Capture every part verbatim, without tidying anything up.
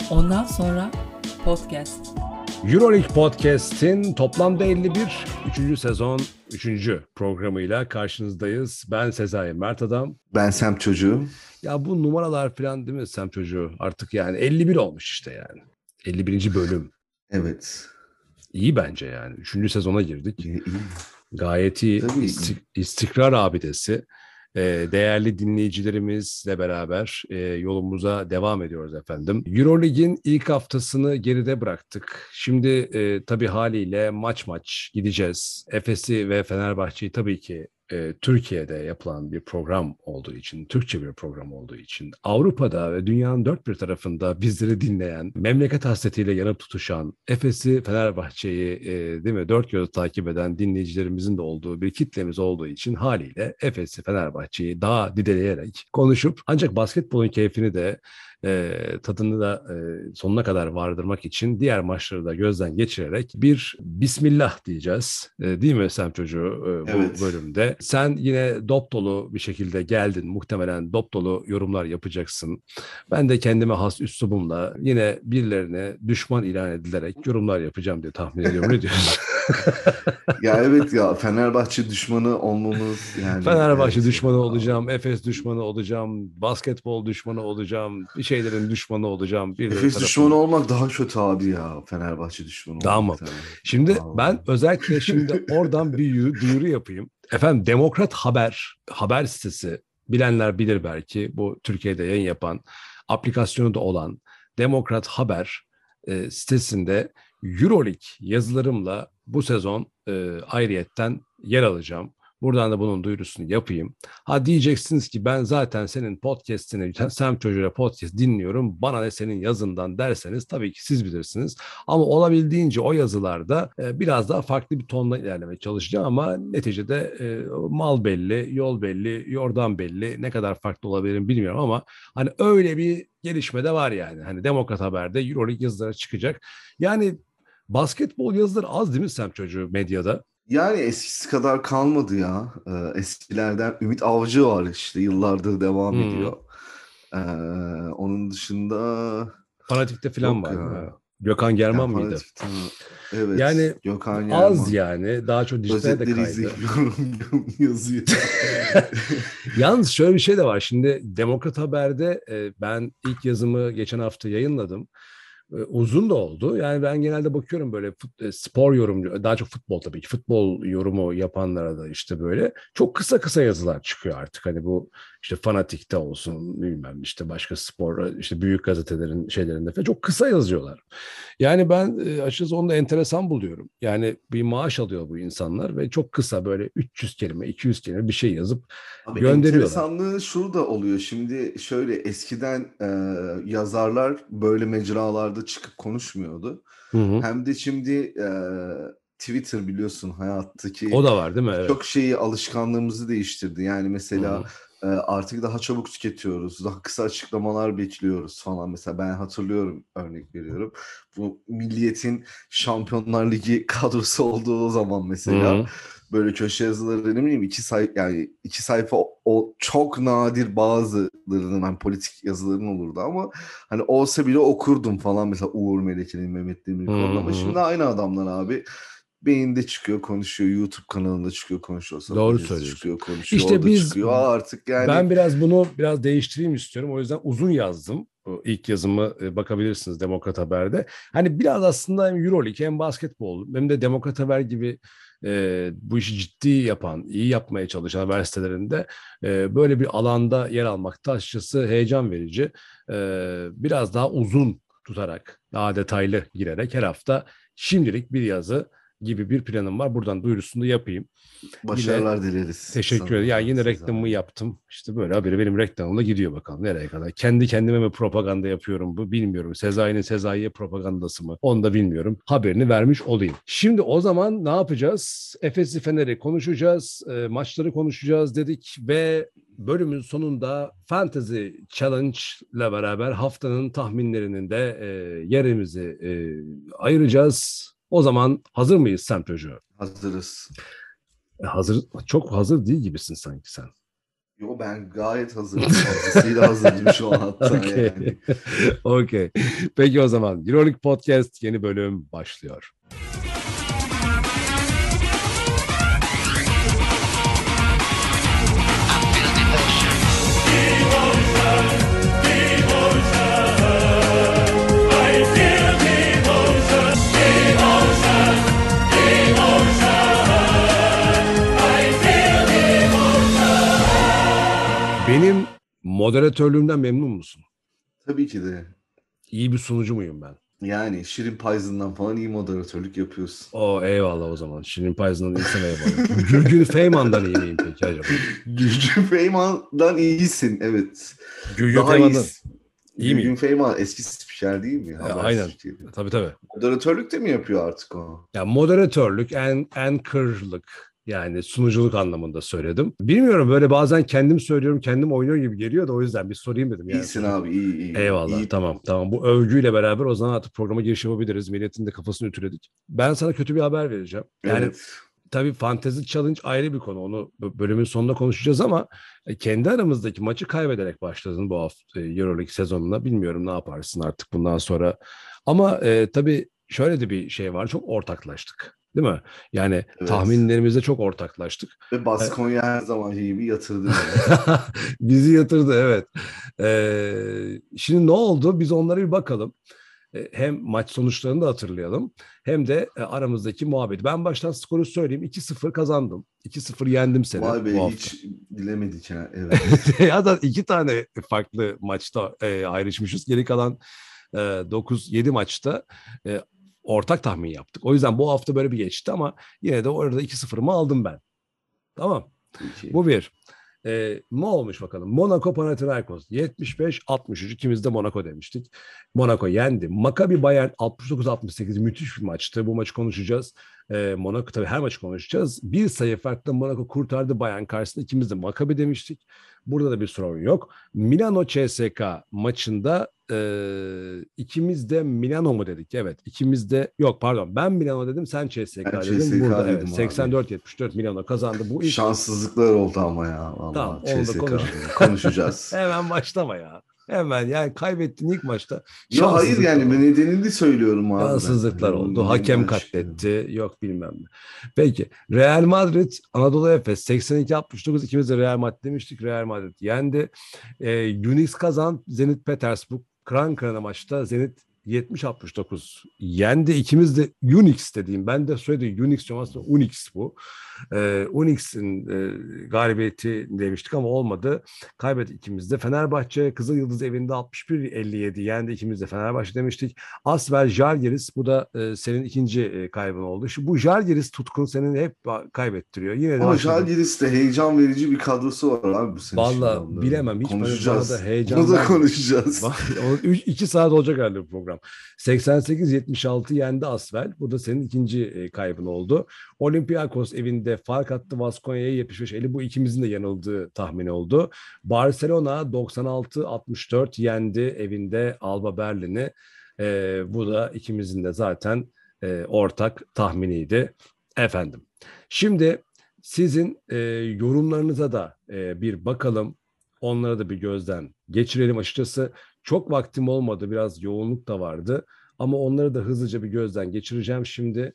Ondan sonra podcast. Euroleague Podcast'in toplamda elli bir, üçüncü sezon üçüncü programıyla karşınızdayız. Ben Sezai Mert Adam. Ben Semt Çocuğu. Ya bu numaralar falan değil mi Semt Çocuğu? Artık yani elli bir olmuş işte yani. elli birinci bölüm. Evet. İyi bence yani. Üçüncü sezona girdik. İyi, iyi. Gayet iyi. Tabii. İstik- istikrar abidesi. Ee, değerli dinleyicilerimizle beraber e, yolumuza devam ediyoruz efendim. Euroleague'in ilk haftasını geride bıraktık. Şimdi e, tabii haliyle maç maç gideceğiz. Efes'i ve Fenerbahçe'yi tabii ki e, Türkiye'de yapılan bir program olduğu için, Türkçe bir program olduğu için, Avrupa'da ve dünyanın dört bir tarafında bizleri dinleyen, memleket hasretiyle yanıp tutuşan, Efes'i, Fenerbahçe'yi e, değil mi dört gözle takip eden dinleyicilerimizin de olduğu bir kitlemiz olduğu için haliyle Efes'i, Fenerbahçe'yi daha dideleyerek konuşup ancak basketbolun keyfini de e, tadını da e, sonuna kadar vardırmak için diğer maçları da gözden geçirerek bir Bismillah diyeceğiz. E, değil mi Sem Çocuğu e, bu Evet. bölümde? Sen yine dop dolu bir şekilde geldin. Muhtemelen dop dolu yorumlar yapacaksın. Ben de kendime has üslubumla yine birilerine düşman ilan edilerek yorumlar yapacağım diye tahmin ediyorum. Ne diyorsun? Ya evet ya Fenerbahçe düşmanı olmamız yani. Fenerbahçe evet düşmanı ya. olacağım, Efes düşmanı olacağım, basketbol düşmanı olacağım, bir şeylerin düşmanı olacağım. Birileri Efes tarafından. düşmanı olmak daha kötü abi ya. Fenerbahçe düşmanı Tamam. olmak. Tabii. Şimdi Vallahi. ben özellikle şimdi oradan bir yu- duyuru yapayım. Efendim Demokrat Haber, haber sitesi, bilenler bilir belki, bu Türkiye'de yayın yapan, aplikasyonu da olan Demokrat Haber e, sitesinde Euroleague yazılarımla bu sezon e, ayrıyetten yer alacağım. Buradan da bunun duyurusunu yapayım. Ha diyeceksiniz ki ben zaten senin podcast'ini, Sem Çocuğu'yla podcast dinliyorum. Bana ne senin yazından derseniz tabii ki siz bilirsiniz. Ama olabildiğince o yazılarda e, biraz daha farklı bir tonla ilerlemeye çalışacağım ama neticede e, mal belli, yol belli, yordan belli. Ne kadar farklı olabilirim bilmiyorum ama hani öyle bir gelişme de var yani. Hani Demokrat Haber'de Euroleague yazıları çıkacak. Yani basketbol yazıları az değil mi Sem Çocuğu medyada? Yani eskisi kadar kalmadı ya. Ee, eskilerden Ümit Avcı var işte yıllardır devam Hmm. ediyor. Ee, onun dışında Fanatik'te falan yok var ya. değil mi? Gökhan German Yani mıydı? fanatikten, evet. Yani Gökhan az Yerman. yani. Daha çok dijitale de Özetleri kaydı. izleyip yorum yazıyor. Yalnız şöyle bir şey de var. Şimdi Demokrat Haber'de e, ben ilk yazımı geçen hafta yayınladım. E, uzun da oldu. Yani ben genelde bakıyorum böyle fut, e, spor yorumcu, daha çok futbol tabii ki. Futbol yorumu yapanlara da işte böyle çok kısa kısa yazılar çıkıyor artık. Hani bu işte Fanatik'te olsun bilmem işte başka spor, işte büyük gazetelerin şeylerinde falan çok kısa yazıyorlar. Yani ben e, açıkçası onu da enteresan buluyorum. Yani bir maaş alıyor bu insanlar ve çok kısa böyle üç yüz kelime, iki yüz kelime bir şey yazıp Abi gönderiyorlar. enteresanlığı şurada oluyor. Şimdi şöyle eskiden e, yazarlar böyle mecralarda çıkıp konuşmuyordu. Hı hı. Hem de şimdi e, Twitter biliyorsun hayattaki O da var değil mi? Evet. çok şeyi alışkanlığımızı değiştirdi. Yani mesela Hı e, artık daha çabuk tüketiyoruz. Daha kısa açıklamalar bekliyoruz falan. Mesela ben hatırlıyorum, örnek veriyorum. Bu Milliyet'in Şampiyonlar Ligi kadrosu olduğu zaman mesela hı. böyle köşe yazıları ne bileyim iki sayfa yani iki sayfa o, o çok nadir bazılarının hani politik yazıların olurdu ama hani olsa bile okurdum falan mesela Uğur Meleke'nin, Mehmet Demirkol'un ama şimdi aynı adamlar abi beyinde çıkıyor konuşuyor, YouTube kanalında çıkıyor konuşuyor, Doğru Sabancı'da söylüyorsun. çıkıyor konuşuyor, İşte orada biz çıkıyor. Aa, artık yani ben biraz bunu biraz değiştireyim istiyorum. O yüzden uzun yazdım. O ilk yazımı e, bakabilirsiniz Demokrat Haber'de. Hani biraz aslında hem Euroleague hem basketbol hem de Demokrat Haber gibi e, bu işi ciddi yapan, iyi yapmaya çalışan haber sitelerinde e, böyle bir alanda yer almakta açıkçası heyecan verici. E, biraz daha uzun tutarak, daha detaylı girerek her hafta şimdilik bir yazı gibi bir planım var. Buradan duyurusunu da yapayım. Yine başarılar dileriz teşekkür ederim. Yani sana, yine size reklamımı abi. yaptım. İşte böyle haberi benim reklamımla gidiyor bakalım nereye kadar. Kendi kendime mi propaganda yapıyorum bu bilmiyorum. Sezai'nin Sezai'ye propagandası mı? Onu da bilmiyorum. Haberini vermiş olayım. Şimdi o zaman ne yapacağız? Efes'i Fener'i konuşacağız. E, maçları konuşacağız dedik ve bölümün sonunda Fantasy Challenge ile beraber haftanın tahminlerinin de e, yerimizi e, ayıracağız. O zaman hazır mıyız Semt Hoca? Hazırız. E, Hazır, çok hazır değil gibisin sanki sen. Yo, ben gayet hazırım. Fazlasıyla hazırım şu an hatta Okey. yani. Okey. Peki o zaman Euroleague Podcast yeni bölüm başlıyor. Benim moderatörlüğümden memnun musun? Tabii ki de. İyi bir sunucu muyum ben? Yani Şirin Payzın'dan falan iyi moderatörlük yapıyorsun. O eyvallah o zaman. Şirin Payzı'ndan insan eyvallah. Gürgün Feyman'dan iyi miyim peki acaba? Gülgün Feyman'dan iyisin, evet. Gürgün Daha Feyman'dan iyisin. iyi miyim? Gülgün Feyman eski spiker değil mi? E, Haber aynen. spikeri. Tabii tabii. Moderatörlük de mi yapıyor artık o? Ya moderatörlük, en, anchor'lık yani sunuculuk anlamında söyledim. Bilmiyorum, böyle bazen kendim söylüyorum, kendim oynuyor gibi geliyor da o yüzden bir sorayım dedim. Yani İyisin abi, iyi iyi. eyvallah, iyi. tamam tamam. Bu övgüyle beraber o zaman artık programa giriş yapabiliriz. Milletin de kafasını ütüledik. Ben sana kötü bir haber vereceğim. Yani Evet. tabii Fantasy Challenge ayrı bir konu. Onu bölümün sonunda konuşacağız ama kendi aramızdaki maçı kaybederek başladın bu hafta Euroleague sezonuna. Bilmiyorum ne yaparsın artık bundan sonra. Ama e, tabii şöyle de bir şey var. Çok ortaklaştık. Değil mi? Yani Evet. tahminlerimizde çok ortaklaştık. Ve Baskonya her zamanki gibi yatırdı. Bizi yatırdı, evet. Ee, şimdi ne oldu? Biz onlara bir bakalım. Hem maç sonuçlarını da hatırlayalım. Hem de aramızdaki muhabbet. Ben baştan skoru söyleyeyim. iki sıfır kazandım. iki sıfır yendim seni. Vay be, bu hafta. hiç bilemedik ha. Evet. Ya da iki tane farklı maçta e, ayrışmışız. Geri kalan e, dokuz yedi maçta e, ortak tahmin yaptık. O yüzden bu hafta böyle bir geçti ama yine de orada iki sıfırımı aldım ben. Tamam. Peki. Bu bir. Ee, ne olmuş bakalım? Monaco Panathinaikos yetmiş beş altmış üç. İkimiz de Monaco demiştik. Monaco yendi. Maccabi Bayern altmış dokuz altmış sekiz, müthiş bir maçtı. Bu maçı konuşacağız. Ee, Monaco, tabii her maçı konuşacağız. Bir sayı farklı Monaco kurtardı Bayern karşısında. İkimiz de Maccabi demiştik. Burada da bir sorun yok. Milano C S K maçında e, ikimiz de Milano mu dedik? Evet. İkimiz de yok pardon. Ben Milano dedim, sen C S K Ben dedin. C S K Burada dedim evet abi. seksen dört yetmiş dört Milano kazandı. Bu ilk Şanssızlıklar oldu ama ya. Vallahi. Tamam, onu da C S K. konuş. Konuşacağız. Hemen başlama ya. Hemen yani kaybettin ilk maçta. Ya hayır, yani oldu. ben nedenini söylüyorum abi. Şanssızlıklar ben. oldu. Hakem katletti. Yok bilmem ne. Peki Real Madrid Anadolu Efes seksen iki altmış dokuz, ikimiz de Real Madrid demiştik. Real Madrid yendi. Ee, Unix kazan. Zenit Petersburg kıran kırana maçta Zenit yetmiş altmış dokuz yendi. İkimiz de Unix dediğim. Ben de söyledi Unix diyorum, aslında Unix bu. Ee, Unix'in e, galibiyeti demiştik ama olmadı. Kaybettik ikimiz de. Fenerbahçe Kızıl Yıldız evinde altmış bir elli yedi yendi. İkimiz de Fenerbahçe demiştik. Asvel Žalgiris, bu da e, senin ikinci e, kaybın oldu. Şu bu Žalgiris tutkun senin hep kaybettiriyor. Yine de Ama başladım. Žalgiris'te heyecan verici bir kadrosu var abi bu sene. Vallahi bilemem. Hiç konuşacağız. bana da heyecan Bunu da vermiyor. konuşacağız. iki saat olacak herhalde bu program. seksen sekiz yetmiş altı yendi Asvel. Bu da senin ikinci e, kaybın oldu. Olympiakos evinde fark attı Baskonya'ya yetmiş beş elli. Bu ikimizin de yanıldığı tahmin oldu. Barcelona doksan altı altmış dört yendi evinde Alba Berlin'i. E, bu da ikimizin de zaten e, ortak tahminiydi. Efendim. Şimdi sizin e, yorumlarınıza da e, bir bakalım. Onlara da bir gözden geçirelim açıkçası. Çok vaktim olmadı. Biraz yoğunluk da vardı. Ama onları da hızlıca bir gözden geçireceğim şimdi.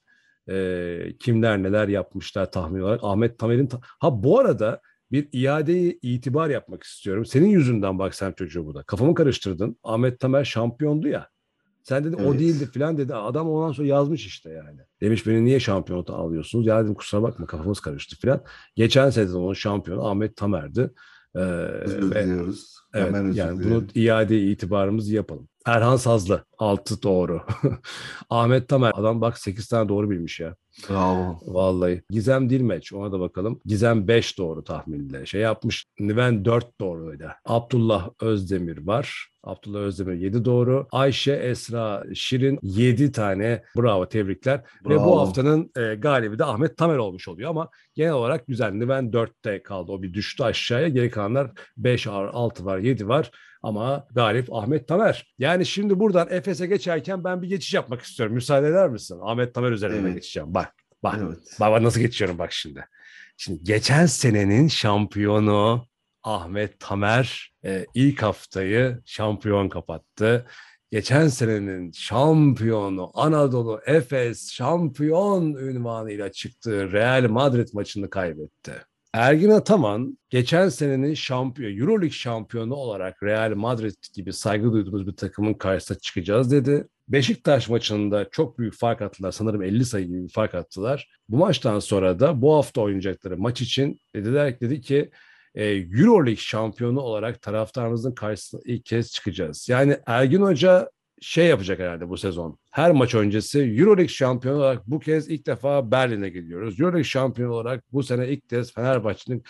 E, kimler neler yapmışlar tahmin olarak. Ahmet Tamer'in... Ta- ha bu arada bir iadeyi itibar yapmak istiyorum. Senin yüzünden bak sen çocuğu bu da. Kafamı karıştırdın. Ahmet Tamer şampiyondu ya. Sen dedi evet. O değildi falan dedi. Adam ondan sonra yazmış işte yani. Demiş beni niye şampiyonata alıyorsunuz? Ya dedim kusura bakma kafamız karıştı falan. Geçen sezonun şampiyonu Ahmet Tamer'di. Ee, özür diliyoruz. Evet, Hemen özür yani dilerim. bunu iade itibarımızı yapalım. Erhan Sazlı altı doğru. Ahmet Tamer adam bak sekiz tane doğru bilmiş ya. Bravo. Vallahi. Gizem Dilmeç, ona da bakalım. Gizem beş doğru tahminle şey yapmış. Niven dört doğruydu. Abdullah Özdemir var. Abdullah Özdemir yedi doğru. Ayşe Esra Şirin yedi tane. Bravo, tebrikler. Bravo. Ve bu haftanın e, galibi de Ahmet Tamer olmuş oluyor ama genel olarak güzel. Niven dörtte kaldı. O bir düştü aşağıya. Geri kalanlar beş var, altı var, yedi var. Ama galip Ahmet Tamer. Yani şimdi buradan Efes'e geçerken ben bir geçiş yapmak istiyorum. Müsaade eder misin? Ahmet Tamer üzerine evet. geçeceğim. Bak, bak, evet. bak nasıl geçiyorum bak şimdi. Şimdi geçen senenin şampiyonu Ahmet Tamer e, ilk haftayı şampiyon kapattı. Geçen senenin şampiyonu Anadolu Efes şampiyon unvanıyla çıktığı Real Madrid maçını kaybetti. Ergin Ataman geçen senenin şampiyon, Euroleague şampiyonu olarak Real Madrid gibi saygı duyduğumuz bir takımın karşısına çıkacağız dedi. Beşiktaş maçında çok büyük fark attılar. Sanırım elli sayı gibi bir fark attılar. Bu maçtan sonra da bu hafta oynayacakları maç için dediler dedi ki e, Euroleague şampiyonu olarak taraftarımızın karşısına ilk kez çıkacağız. Yani Ergin Hoca şey yapacak herhalde bu sezon. Her maç öncesi Euroleague şampiyonu olarak bu kez ilk defa Berlin'e gidiyoruz. Euroleague şampiyonu olarak bu sene ilk kez Fenerbahçe'nin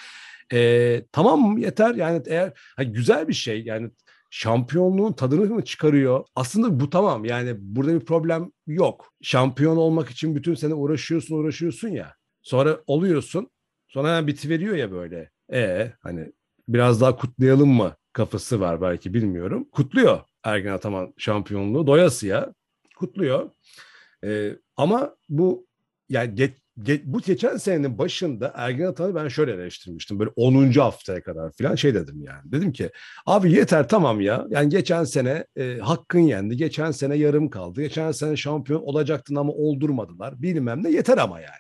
e, tamam yeter yani eğer hani güzel bir şey yani şampiyonluğun tadını mı çıkarıyor? Aslında bu tamam yani burada bir problem yok. Şampiyon olmak için bütün sene uğraşıyorsun uğraşıyorsun ya. Sonra oluyorsun. Sonra hemen bitiveriyor ya böyle. E hani biraz daha kutlayalım mı kafası var belki bilmiyorum. Kutluyor Ergin Ataman şampiyonluğu doyasıya kutluyor. Ee, ama bu yani ge, ge, bu geçen senenin başında Ergin Ataman'ı ben şöyle eleştirmiştim. Böyle onuncu haftaya kadar falan şey dedim yani. Dedim ki abi yeter tamam ya. Yani geçen sene e, hakkın yendi. Geçen sene yarım kaldı. Geçen sene şampiyon olacaktın ama oldurmadılar. Bilmem ne yeter ama yani.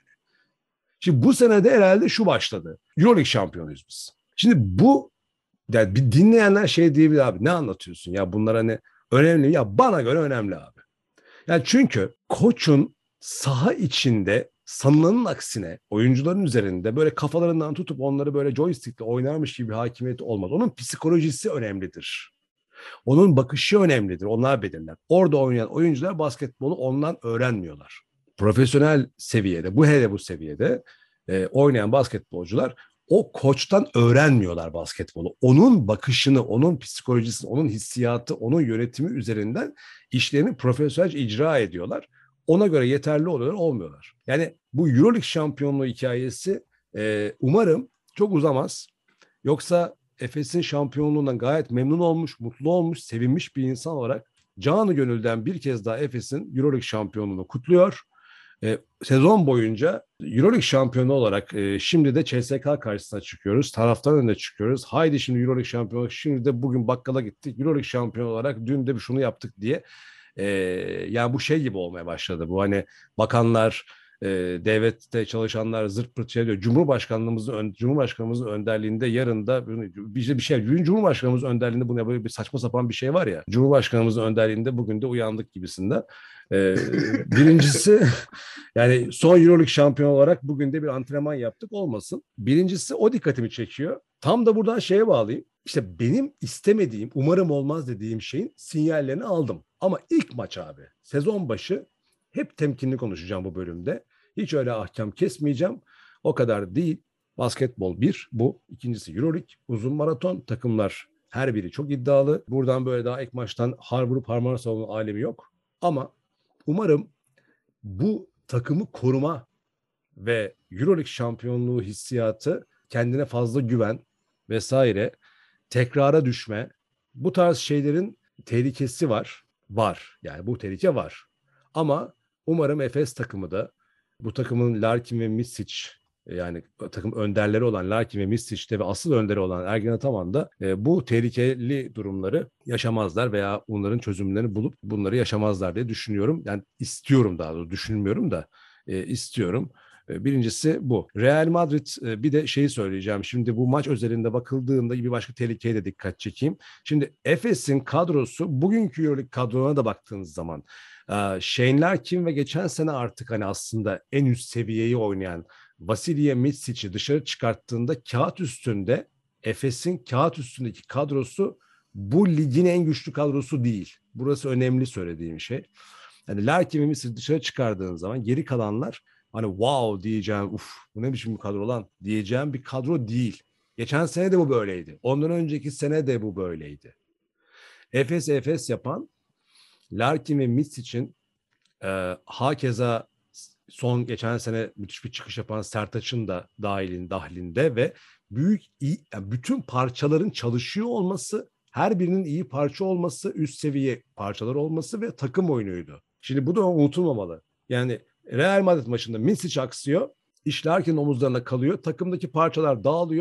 Şimdi bu sene de herhalde şu başladı. Euroleague şampiyonuyuz biz. Şimdi bu yani bir dinleyenler şey diyebilir abi ne anlatıyorsun ya bunlar hani önemli ya bana göre önemli abi. Yani çünkü koçun saha içinde sanılanın aksine oyuncuların üzerinde böyle kafalarından tutup onları böyle joystickle oynarmış gibi bir hakimiyeti olmaz. Onun psikolojisi önemlidir. Onun bakışı önemlidir. Onlar belirler. Orada oynayan oyuncular basketbolu ondan öğrenmiyorlar. Profesyonel seviyede, bu hele bu seviyede e, oynayan basketbolcular o koçtan öğrenmiyorlar basketbolu. Onun bakışını, onun psikolojisini, onun hissiyatı, onun yönetimi üzerinden işlerini profesyonelce icra ediyorlar. Ona göre yeterli oluyorlar, olmuyorlar. Yani bu Euroleague şampiyonluğu hikayesi e, umarım çok uzamaz. Yoksa Efes'in şampiyonluğundan gayet memnun olmuş, mutlu olmuş, sevinmiş bir insan olarak canı gönülden bir kez daha Efes'in Euroleague şampiyonluğunu kutluyor. E, sezon boyunca Euroleague şampiyonu olarak e, şimdi de C S K karşısına çıkıyoruz. Taraftar önüne çıkıyoruz. Haydi şimdi Euroleague şampiyonu, şimdi de bugün bakkala gittik. Euroleague şampiyonu olarak dün de şunu yaptık diye. E, yani bu şey gibi olmaya başladı. Bu hani bakanlar, e, devlette çalışanlar zırt pırt şey diyor. Cumhurbaşkanlığımızın Cumhurbaşkanımızın önderliğinde yarın da bir, bir şey Cumhurbaşkanımızın önderliğinde buna böyle bir saçma sapan bir şey var ya. Cumhurbaşkanımızın önderliğinde bugün de uyandık gibisinden. Ee, birincisi yani son Euroleague şampiyonu olarak bugün de bir antrenman yaptık olmasın. Birincisi o dikkatimi çekiyor. Tam da buradan şeye bağlayayım. İşte benim istemediğim, umarım olmaz dediğim şeyin sinyallerini aldım. Ama ilk maç abi, sezon başı hep temkinli konuşacağım bu bölümde. Hiç öyle ahkam kesmeyeceğim. O kadar değil. Basketbol bir, bu. İkincisi Euroleague, uzun maraton. Takımlar her biri çok iddialı. Buradan böyle daha ilk maçtan har vurup harmana savunma alemi yok. Ama umarım bu takımı koruma ve Euroleague şampiyonluğu hissiyatı, kendine fazla güven vesaire, tekrara düşme, bu tarz şeylerin tehlikesi var. Var. Yani bu tehlike var. Ama umarım Efes takımı da bu takımın Larkin ve Micic yani takım önderleri olan Larkin ve Misic'te ve asıl önderi olan Ergin Ataman da e, bu tehlikeli durumları yaşamazlar veya onların çözümlerini bulup bunları yaşamazlar diye düşünüyorum. Yani istiyorum daha doğrusu düşünmüyorum da e, istiyorum. E, birincisi bu. Real Madrid e, bir de şeyi söyleyeceğim. Şimdi bu maç özelinde bakıldığında bir başka tehlikeye de dikkat çekeyim. Şimdi Efes'in kadrosu bugünkü Euroleague kadrona da baktığınız zaman Shane Larkin ve geçen sene artık hani aslında en üst seviyeyi oynayan Vasilije Micic'i dışarı çıkarttığında kağıt üstünde Efes'in kağıt üstündeki kadrosu bu ligin en güçlü kadrosu değil. Burası önemli söylediğim şey. Yani Larkin ve Micic'i dışarı çıkardığın zaman geri kalanlar hani wow diyeceğim, uf bu ne biçim bir kadro lan diyeceğim bir kadro değil. Geçen sene de bu böyleydi. Ondan önceki sene de bu böyleydi. Efes Efes yapan Larkin ve Misic'in e, hakeza son geçen sene müthiş bir çıkış yapan Sertaç'ın da dahilin dahlinde ve büyük iyi, yani bütün parçaların çalışıyor olması, her birinin iyi parça olması, üst seviye parçalar olması ve takım oyunuydu. Şimdi bu da unutulmamalı. Yani Real Madrid maçında Micic aksıyor, iş Larkin'in omuzlarına kalıyor, takımdaki parçalar dağılıyor.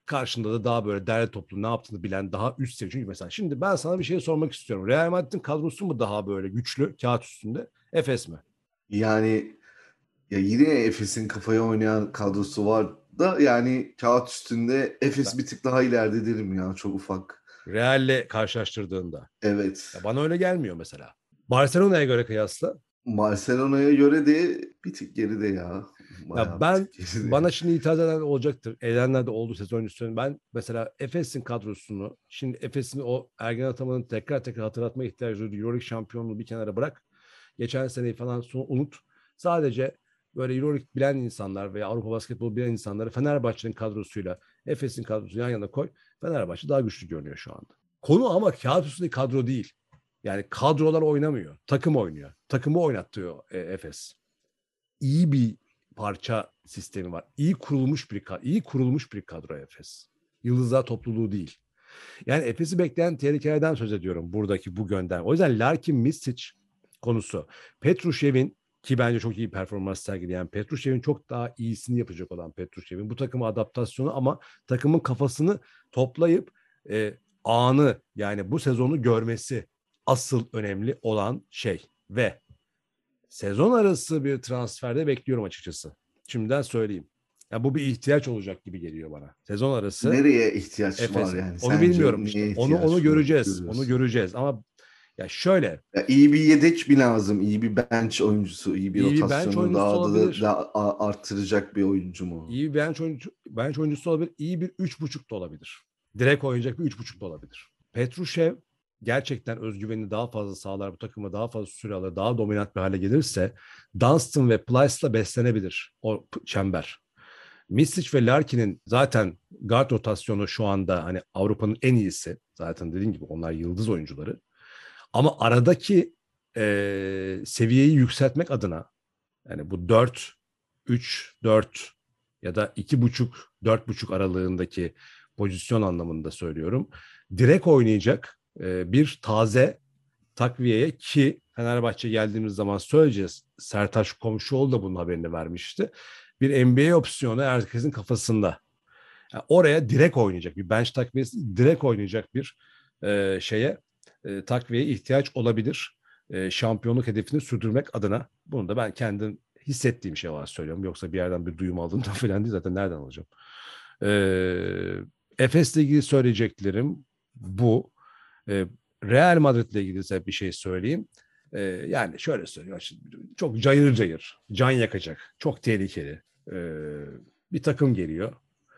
karşında da daha böyle derli toplu ne yaptığını bilen daha üst seviye. Çünkü mesela şimdi ben sana bir şey sormak istiyorum. Real Madrid'in kadrosu mu daha böyle güçlü kağıt üstünde? Efes mi? Yani ya yine Efes'in kafaya oynayan kadrosu var da yani kağıt üstünde Efes bir tık daha ileride derim ya, çok ufak. Real'le karşılaştırdığında. Evet. Ya bana öyle gelmiyor mesela. Barcelona'ya göre kıyasla. Barcelona'ya göre de bir tık geride ya. Ya Bayağı bir ben tık geride. bana şimdi itiraz eden olacaktır. Edenler de oldu sezon öncesi. Ben mesela Efes'in kadrosunu, şimdi Efes'in o Ergen Ataman'ın tekrar tekrar hatırlatma ihtiyacı duyduğu Euroleague şampiyonluğu bir kenara bırak. Geçen seneyi falan son unut. Sadece böyle Euroleague bilen insanlar veya Avrupa basketbolu bilen insanları Fenerbahçe'nin kadrosuyla Efes'in kadrosunu yan yana koy. Fenerbahçe daha güçlü görünüyor şu anda. Konu ama kağıt üstünde kadro değil. Yani kadrolar oynamıyor. Takım oynuyor. Takımı oynattıyor e, Efes. İyi bir parça sistemi var. İyi kurulmuş bir iyi kurulmuş bir kadro Efes. Yıldızlar topluluğu değil. Yani Efes'i bekleyen tehlikelerden söz ediyorum buradaki bu gönderme. O yüzden Larkin Misic konusu. Petrushev'in ki bence çok iyi performans sergileyen Petrushev'in çok daha iyisini yapacak olan Petrushev'in bu takıma adaptasyonu ama takımın kafasını toplayıp e, anı yani bu sezonu görmesi asıl önemli olan şey ve sezon arası bir transferde bekliyorum açıkçası. Şimdiden söyleyeyim. Ya bu bir ihtiyaç olacak gibi geliyor bana. Sezon arası Nereye ihtiyaç var Efes'e. yani? Onu Sence bilmiyorum işte. neye Onu onu ihtiyaç var göreceğiz. Onu görüyorsun? göreceğiz ama ya şöyle Ya iyi bir yedek mi lazım? İyi bir bench oyuncusu, iyi bir iyi bir bench rotasyonu oyuncusu daha da, olabilir. da arttıracak bir oyuncu mu? İyi bir bench oyuncu, bench oyuncusu olabilir. İyi bir üç buçuk da olabilir. Direkt oynayacak bir üç buçuk da olabilir. Petrushev gerçekten özgüvenini daha fazla sağlar, bu takıma daha fazla süre alır, daha dominant bir hale gelirse Dunstan ve Plyce'la beslenebilir o çember. Misic ve Larkin'in zaten guard rotasyonu şu anda hani Avrupa'nın en iyisi. Zaten dediğim gibi onlar yıldız oyuncuları. Ama aradaki e, seviyeyi yükseltmek adına yani bu dört, üç, dört ya da iki buçuk, dört buçuk aralığındaki pozisyon anlamında söylüyorum. Direkt oynayacak e, bir taze takviyeye ki Fenerbahçe geldiğimiz zaman söyleyeceğiz. Sertaç Komşuoğlu da bunun haberini vermişti. Bir N B A opsiyonu herkesin kafasında. Yani oraya direkt oynayacak bir bench takviyesi, direkt oynayacak bir e, şeye e, takviyeye ihtiyaç olabilir. E, şampiyonluk hedefini sürdürmek adına. Bunu da ben kendim hissettiğim şey var söylüyorum. Yoksa bir yerden bir duyum aldığımda falan değil zaten nereden alacağım. E, Efes'le ilgili söyleyeceklerim bu. E, Real Madrid'le ilgili size bir şey söyleyeyim. E, yani şöyle söyleyeyim. Çok cayır cayır, can yakacak, çok tehlikeli e, bir takım geliyor.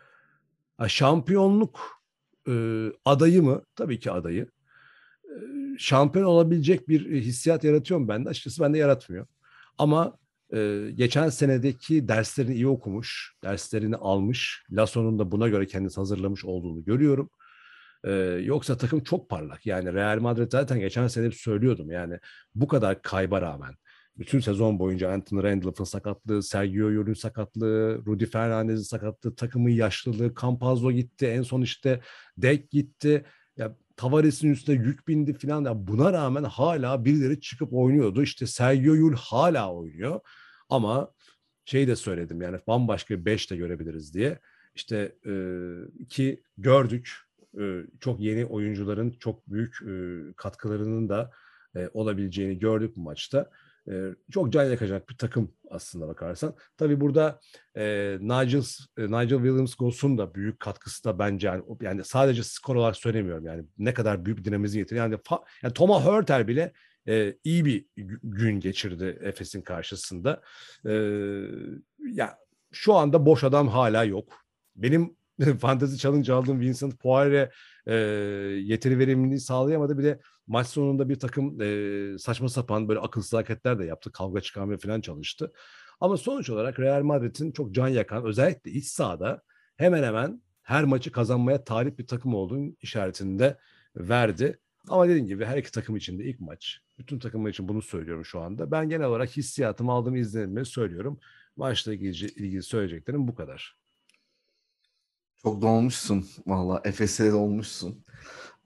Ha, şampiyonluk e, adayı mı? Tabii ki adayı. E, şampiyon olabilecek bir hissiyat yaratıyor mu bende? Açıkçası bende yaratmıyor. Ama e, geçen senedeki derslerini iyi okumuş, derslerini almış, Lasso'nun da buna göre kendisi hazırlamış olduğunu görüyorum. Ee, yoksa takım çok parlak. Yani Real Madrid zaten geçen sene hep söylüyordum. Yani bu kadar kayba rağmen bütün sezon boyunca Anthony Randolph'ın sakatlığı, Sergio Llull'ün sakatlığı, Rudy Fernandez'in sakatlığı, takımın yaşlılığı, Campazzo gitti, en son işte Dek gitti. Ya Tavares'in üstüne yük bindi falan. Ya buna rağmen hala birileri çıkıp oynuyordu. İşte Sergio Llull hala oynuyor. Ama şey de söyledim yani bambaşka bir beş de görebiliriz diye. İşte e, ki gördük e, çok yeni oyuncuların çok büyük e, katkılarının da e, olabileceğini gördük bu maçta. E, çok can yakacak bir takım aslında bakarsan. Tabii burada e, Nigel, e, Nigel Williams-Goss'un da büyük katkısı da bence yani, yani sadece skor olarak söylemiyorum yani ne kadar büyük bir dinamizm getiriyor. Yani, fa, yani Thomas Hurtel bile e, iyi bir gün geçirdi Efes'in karşısında. E, ya şu anda boş adam hala yok. Benim Fantasy Challenge aldığım Vincent Poirier e, yeteri verimliliği sağlayamadı. Bir de maç sonunda bir takım e, saçma sapan böyle akılsız hareketler de yaptı. Kavga çıkarmaya falan çalıştı. Ama sonuç olarak Real Madrid'in çok can yakan özellikle iç sahada hemen hemen her maçı kazanmaya talip bir takım olduğunun işaretini de verdi. Ama dediğim gibi her iki takım için de ilk maç. Bütün takımlar için bunu söylüyorum şu anda. Ben genel olarak hissiyatımı aldığım izlenimleri söylüyorum. Maçla ilgili, ilgili söyleyeceklerim bu kadar. Çok dolmuşsun valla. Efes'e dolmuşsun.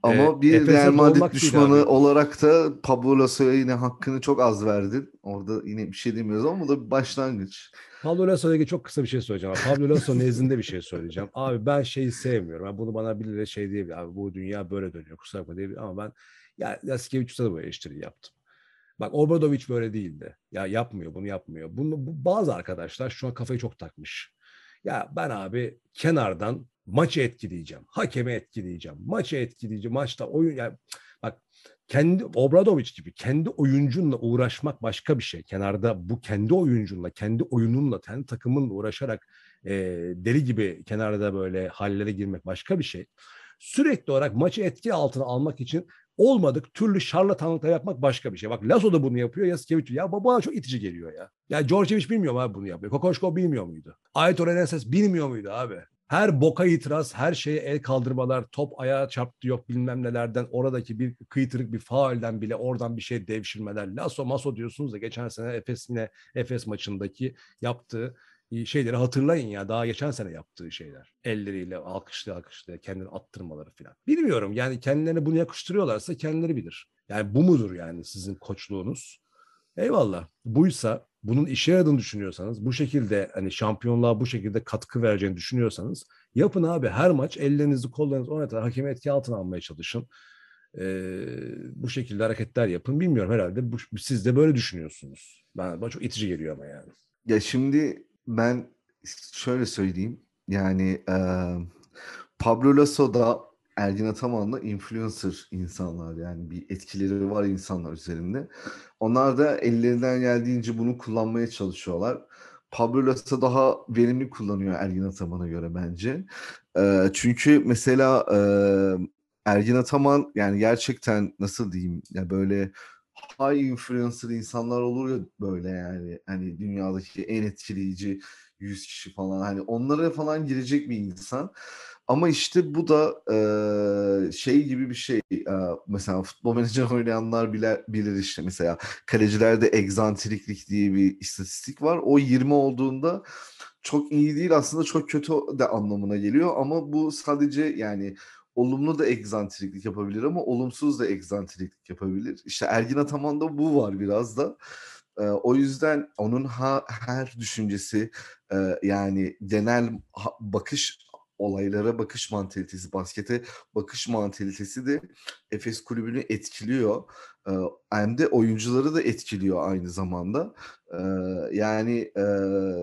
Ama E, bir Efes'e Real Madrid dolmak değil düşmanı abi. olarak da Pablo Lasso'ya yine hakkını çok az verdin. Orada yine bir şey demiyoruz ama bu da bir başlangıç. Pablo Lasso'yla ilgili çok kısa bir şey söyleyeceğim. Pablo Lasso nezdinde bir şey söyleyeceğim. Abi ben şeyi sevmiyorum. Yani bunu bana birileri şey diyebilir. Abi bu dünya böyle dönüyor. Kusura bakma diyebilir. Ama ben ya Yasikevicius'a da bu eleştiriyi yaptım. Bak Obradovic böyle değildi. Ya yapmıyor bunu yapmıyor. Bunu, bu, bazı arkadaşlar şu an kafayı çok takmış. Ya ben abi kenardan maçı etkileyeceğim. Hakemi etkileyeceğim. Maçı etkileyeceğim. Maçta oyun yani bak kendi Obradovic gibi kendi oyuncunla uğraşmak başka bir şey. Kenarda bu kendi oyuncunla, kendi oyununla, kendi takımınla uğraşarak e, deli gibi kenarda böyle hallere girmek başka bir şey. Sürekli olarak maçı etki altına almak için olmadık türlü şarlatanlıklar yapmak başka bir şey. Bak Lasso da bunu yapıyor. Yasikevicius. Ya bu bana çok itici geliyor ya. Ya Djordjevic bilmiyor mu abi bunu yapıyor? Kokoşkov bilmiyor muydu? Aitor Erenses bilmiyor muydu abi? Her boka itiraz, her şeye el kaldırmalar, top ayağa çarptı yok bilmem nelerden, oradaki bir kıytırık bir faulden bile oradan bir şey devşirmeler. Lasso maso diyorsunuz da geçen sene Efes yine Efes maçındaki yaptığı şeyleri hatırlayın ya. Daha geçen sene yaptığı şeyler. Elleriyle alkışlaya alkışlaya kendini attırmaları falan. Bilmiyorum yani kendilerine bunu yakıştırıyorlarsa kendileri bilir. Yani bu mudur yani sizin koçluğunuz? Eyvallah. Buysa bunun işe yaradığını düşünüyorsanız, bu şekilde hani şampiyonluğa bu şekilde katkı vereceğini düşünüyorsanız yapın abi. Her maç ellerinizi kollarınızı oynatarak hakemi etki altına almaya çalışın. Ee, bu şekilde hareketler yapın. Bilmiyorum herhalde bu, siz de böyle düşünüyorsunuz. Ben, bana çok itici geliyor ama yani. Ya şimdi ben şöyle söyleyeyim. Yani e, Pablo Lasso da Ergin Ataman'la influencer insanlar. Yani bir etkileri var insanlar üzerinde. Onlar da ellerinden geldiğince bunu kullanmaya çalışıyorlar. Pablo Lasso daha verimli kullanıyor Ergin Ataman'a göre bence. E, çünkü mesela e, Ergin Ataman yani gerçekten nasıl diyeyim ya böyle high influencer insanlar olur ya böyle yani hani dünyadaki en etkileyici yüz kişi falan hani onlara falan girecek bir insan. Ama işte bu da e, şey gibi bir şey. E, mesela futbol menajer oynayanlar bile bilir işte mesela kalecilerde egzantriklik diye bir istatistik var. O yirmi olduğunda çok iyi değil aslında çok kötü de anlamına geliyor ama bu sadece yani olumlu da egzantriklik yapabilir ama olumsuz da egzantriklik yapabilir. İşte Ergin Ataman'da bu var biraz da. Ee, o yüzden onun ha, her düşüncesi e, yani genel ha- bakış olaylara bakış mantalitesi, baskete bakış mantalitesi de Efes kulübünü etkiliyor. Ee, hem de oyuncuları da etkiliyor aynı zamanda. Ee, yani e,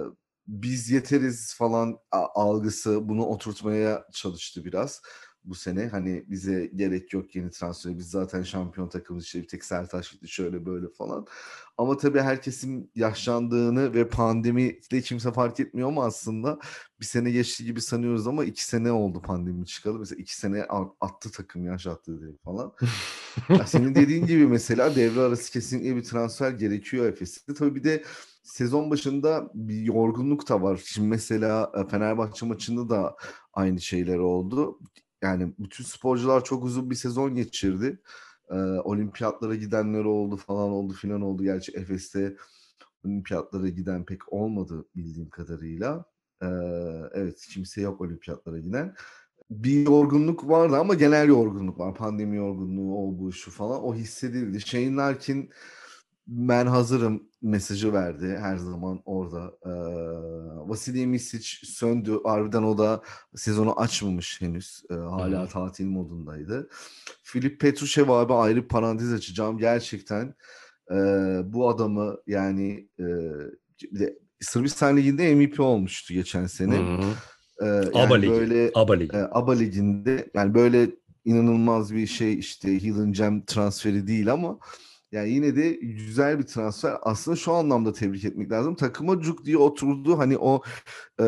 biz yeteriz falan a- algısı bunu oturtmaya çalıştı biraz bu sene. Hani bize gerek yok yeni transfer. Biz zaten şampiyon takımız işte bir tek Sertaç gitti şöyle böyle falan. Ama tabii herkesin yaşlandığını ve pandemiyle kimse fark etmiyor ama aslında bir sene geçti gibi sanıyoruz ama iki sene oldu pandemi çıkalı. Mesela iki sene a- attı takım yaş attı diye falan. Ya senin dediğin gibi mesela devre arası kesinlikle bir transfer gerekiyor Efes'te. Tabii bir de sezon başında bir yorgunluk da var. Şimdi mesela e, Fenerbahçe maçında da aynı şeyler oldu. Yani bütün sporcular çok uzun bir sezon geçirdi. Ee, olimpiyatlara gidenler oldu falan oldu filan oldu. Gerçi Efes'te olimpiyatlara giden pek olmadı bildiğim kadarıyla. Ee, evet kimse yok olimpiyatlara giden. Bir yorgunluk vardı ama genel yorgunluk var. Pandemi yorgunluğu, o bu şu falan. O hissedildi. Shane Larkin ben hazırım mesajı verdi her zaman orada. Ee, Vasilij Micic söndü. Harbiden o da sezonu açmamış henüz. Ee, hala Hı-hı. tatil modundaydı. Filip Petrushev abi ayrı bir parantez açacağım. Gerçekten e, bu adamı yani e, bir de Sırbistan Ligi'nde M V P olmuştu geçen sene. Hı-hı. Ee, Aba yani Ligi. böyle Aba e, Ligi. ABA Ligi'nde yani böyle inanılmaz bir şey işte Hidden Gem transferi değil ama yani yine de güzel bir transfer. Aslında şu anlamda tebrik etmek lazım. Takıma cuk diye oturdu. Hani o e,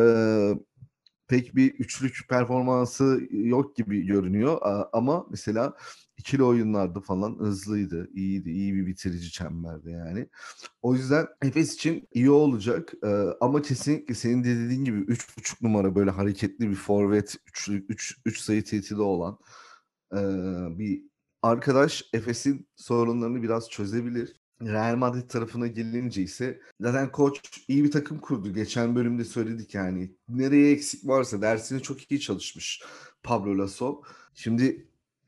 pek bir üçlük performansı yok gibi görünüyor. A- Ama mesela ikili oyunlarda falan hızlıydı, iyiydi, iyi bir bitirici çemberdi yani. O yüzden Efes için iyi olacak. Ee, ama kesinlikle senin de dediğin gibi üç buçuk numara böyle hareketli bir forvet, üç üç sayı tehdidi olan e, bir arkadaş Efes'in sorunlarını biraz çözebilir. Real Madrid tarafına gelince ise zaten koç iyi bir takım kurdu. Geçen bölümde söyledik yani. Nereye eksik varsa dersini çok iyi çalışmış Pablo Lasso. Şimdi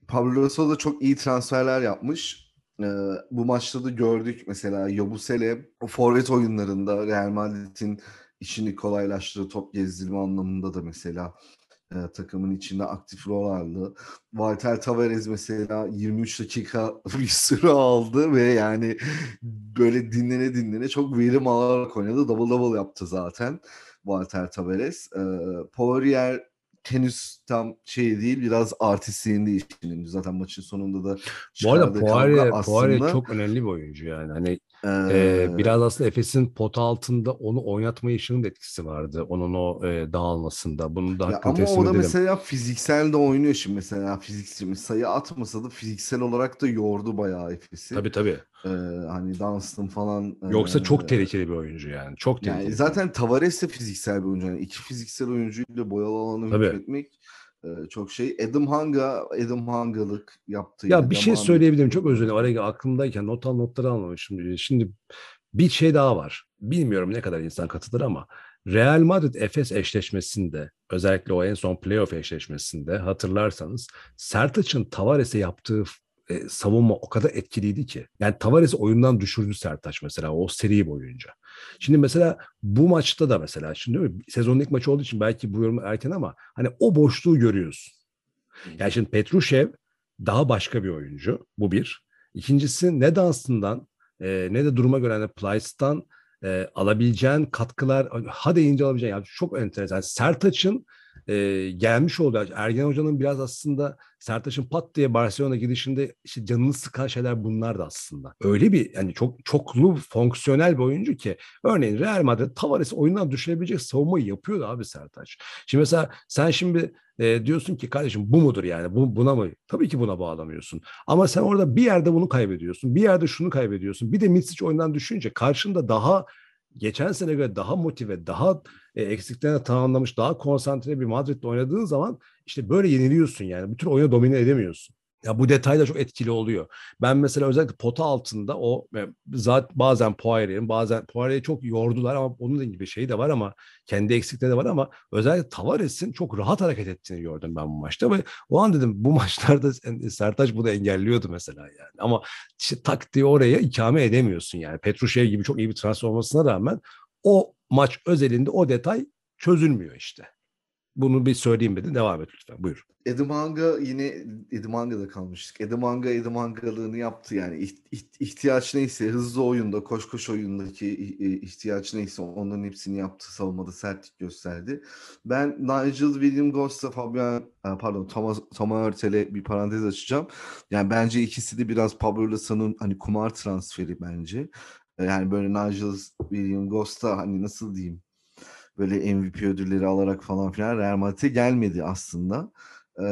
Pablo Laso da çok iyi transferler yapmış. Ee, bu maçta da gördük mesela Yabusele o forvet oyunlarında Real Madrid'in işini kolaylaştırdığı top gezdirme anlamında da mesela e, takımın içinde aktif rol aldı. Walter Tavares mesela yirmi üç dakika bir süre aldı ve yani böyle dinlene dinlene çok verim alarak oynadı. Double double yaptı zaten Walter Tavares. Ee, Poirier henüz tam şey değil, biraz artistliğinde işinin. Zaten maçın sonunda da Bu arada çıkardığı kavga Poirier, Poirier aslında çok önemli bir oyuncu yani. Hani e, ee, biraz aslında Efes'in pota altında onu oynatma işinin de etkisi vardı. Onun o e, dağılmasında. Bunun da ya hakkını ama teslim o da edelim. mesela fiziksel de oynuyor şimdi, mesela fiziksel sayı atmasa da fiziksel olarak da yordu bayağı Efes'i. Tabii tabii. Ee, hani Dunstan falan Yoksa çok ee, tehlikeli bir oyuncu yani. Çok yani tehlikeli bir oyuncu. zaten Tavares de fiziksel bir oyuncu. Yani iki fiziksel oyuncuyla boyalı alanı Tabii. hükmetmek ee, çok şey. Adam Hanga, Adam Hanga'lık Ya yaptıydı. bir şey Devam söyleyebilirim. Çok ettiriyordu. özür dilerim. Araya aklımdayken not al notları almamışım. Şimdi bir şey daha var. Bilmiyorum ne kadar insan katılır ama Real Madrid-Efes eşleşmesinde, özellikle o en son playoff eşleşmesinde hatırlarsanız Sertaç'ın Tavares'e yaptığı e, savunma o kadar etkiliydi ki. Yani Tavares'i oyundan düşürdü Sertaç mesela o seri boyunca. Şimdi mesela bu maçta da mesela şimdi değil mi? Sezonun ilk maçı olduğu için belki bu yorum erken ama hani o boşluğu görüyorsun. Yani şimdi Petrushev daha başka bir oyuncu. Bu bir. İkincisi ne Dunstan'dan e, ne de duruma göre hani Plyce'dan e, alabileceğin katkılar ha deyince alabileceğin. Yani çok enteresan. Sertaç'ın e, gelmiş olduğu Ergen Hoca'nın biraz aslında Sertaç'ın pat diye Barcelona gidişinde işte canını sıkan şeyler bunlar da aslında. Öyle bir yani çok çoklu fonksiyonel bir oyuncu ki örneğin Real Madrid Tavares'i oyundan düşürebilecek savunmayı yapıyordu abi Sertaç. Şimdi mesela sen şimdi e, diyorsun ki kardeşim bu mudur yani? Bu, buna mı? Tabii ki buna bağlamıyorsun. Ama sen orada bir yerde bunu kaybediyorsun. Bir yerde şunu kaybediyorsun. Bir de Misic oyundan düşünce karşında daha geçen sene göre daha motive, daha e, eksiklerini tamamlamış, daha konsantre bir Madrid'de oynadığın zaman işte böyle yeniliyorsun yani. Bütün oyunu domine edemiyorsun. Ya bu detay da çok etkili oluyor. Ben mesela özellikle pota altında o zaten bazen Poirier'in bazen Poirier'i çok yordular ama onun da gibi şey de var ama kendi eksikleri de var ama özellikle Tavares'in çok rahat hareket ettiğini gördüm ben bu maçta ve o an dedim bu maçlarda Sertaç bunu engelliyordu mesela yani. Ama işte tak diye oraya ikame edemiyorsun yani. Petrushev gibi çok iyi bir transfer olmasına rağmen o maç özelinde o detay çözülmüyor işte. Bunu bir söyleyeyim dedim. Devam et lütfen. Buyur. Edimanga yine Edimanga'da kalmıştık. Edimanga Edimangalığını yaptı yani. İht- ihtiyaç neyse hızlı oyunda, koş koş oyundaki ihtiyaç neyse onların hepsini yaptı. Savunmada sertlik gösterdi. Ben Nigel Williams-Goss'la Fabian pardon Thomas Thomas Hurtel'e bir parantez açacağım. Yani bence ikisi de biraz Pablo Laso'nun hani kumar transferi bence. Yani böyle Nigel Williams-Goss'ta hani nasıl diyeyim, böyle M V P ödülleri alarak falan filan Real Madrid'e gelmedi aslında. Ee,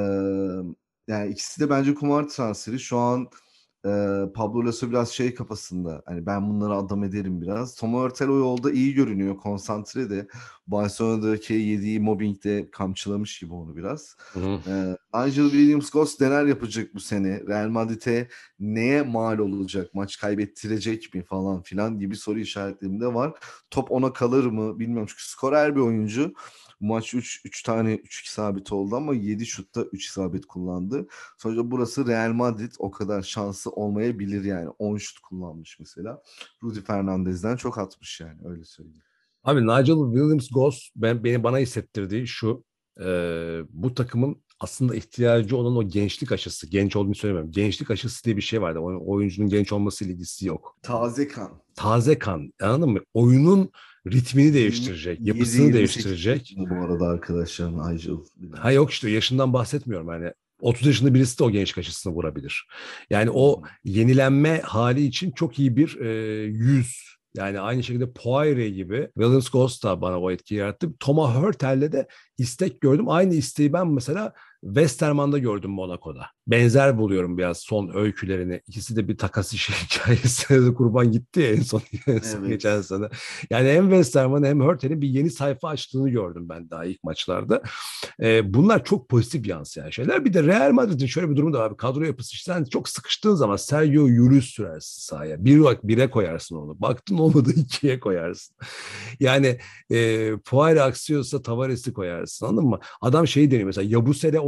yani ikisi de bence kumar transferi. Şu an e, Pablo Laso biraz şey kafasında. Hani ben bunları adam ederim biraz. Tom Hurtel o yolda iyi görünüyor. Konsantre de. Barcelona'daki yediği mobbingde kamçılamış gibi onu biraz. Hı hı. Ee, Nigel Williams-Goss neler yapacak bu sene? Real Madrid'e neye mal olacak? Maç kaybettirecek mi falan filan gibi soru işaretlerim de var. Top ona kalır mı bilmiyorum. Çünkü skorer bir oyuncu. Bu maç üç üç tane üç iki isabet oldu ama yedi şutta üç isabet kullandı. Sonuçta burası Real Madrid, o kadar şanslı olmayabilir yani. on şut kullanmış mesela. Rudy Fernandez'den çok atmış yani, öyle söyleyeyim. Abi Nigel Williams-Goss ben, beni bana hissettirdiği şu e, bu takımın aslında ihtiyacı olan o gençlik aşısı. Genç olduğunu söylemiyorum. Gençlik aşısı diye bir şey vardı. O oyuncunun genç olmasıyla ilgisi yok. Taze kan. Taze kan. Anladın mı? Oyunun ritmini değiştirecek. Yapısını yirmi yedi sekiz değiştirecek. bu arada arkadaşlar Nigel Ha yok işte yaşından bahsetmiyorum. Yani otuz yaşında birisi de o gençlik aşısını vurabilir. Yani o Hı-hı. yenilenme hali için çok iyi bir e, yüz. Yani aynı şekilde Poirier gibi Williams Goss da bana o etkiyi yarattı. Thomas Hurtel'de de istek gördüm. Aynı isteği ben mesela Westerman'da gördüm Monaco'da. Benzer buluyorum biraz son öykülerini. İkisi de bir takas işi hikayesi kurban gitti ya en son, en son geçen Evet. sene. Yani hem Westerman hem Hurtel'in bir yeni sayfa açtığını gördüm ben daha ilk maçlarda. E, bunlar çok pozitif yansıyan şeyler. Bir de Real Madrid'in şöyle bir durumu da var. Kadro yapısı işte sen çok sıkıştığın zaman Sergio Yürüz sürersin sahaya. Bir bak bire koyarsın onu. Baktın olmadı ikiye koyarsın. Yani e, Poirier aksıyorsa Tavares'i koyarsın, anladın mı? Adam şey deniyor mesela Yabusele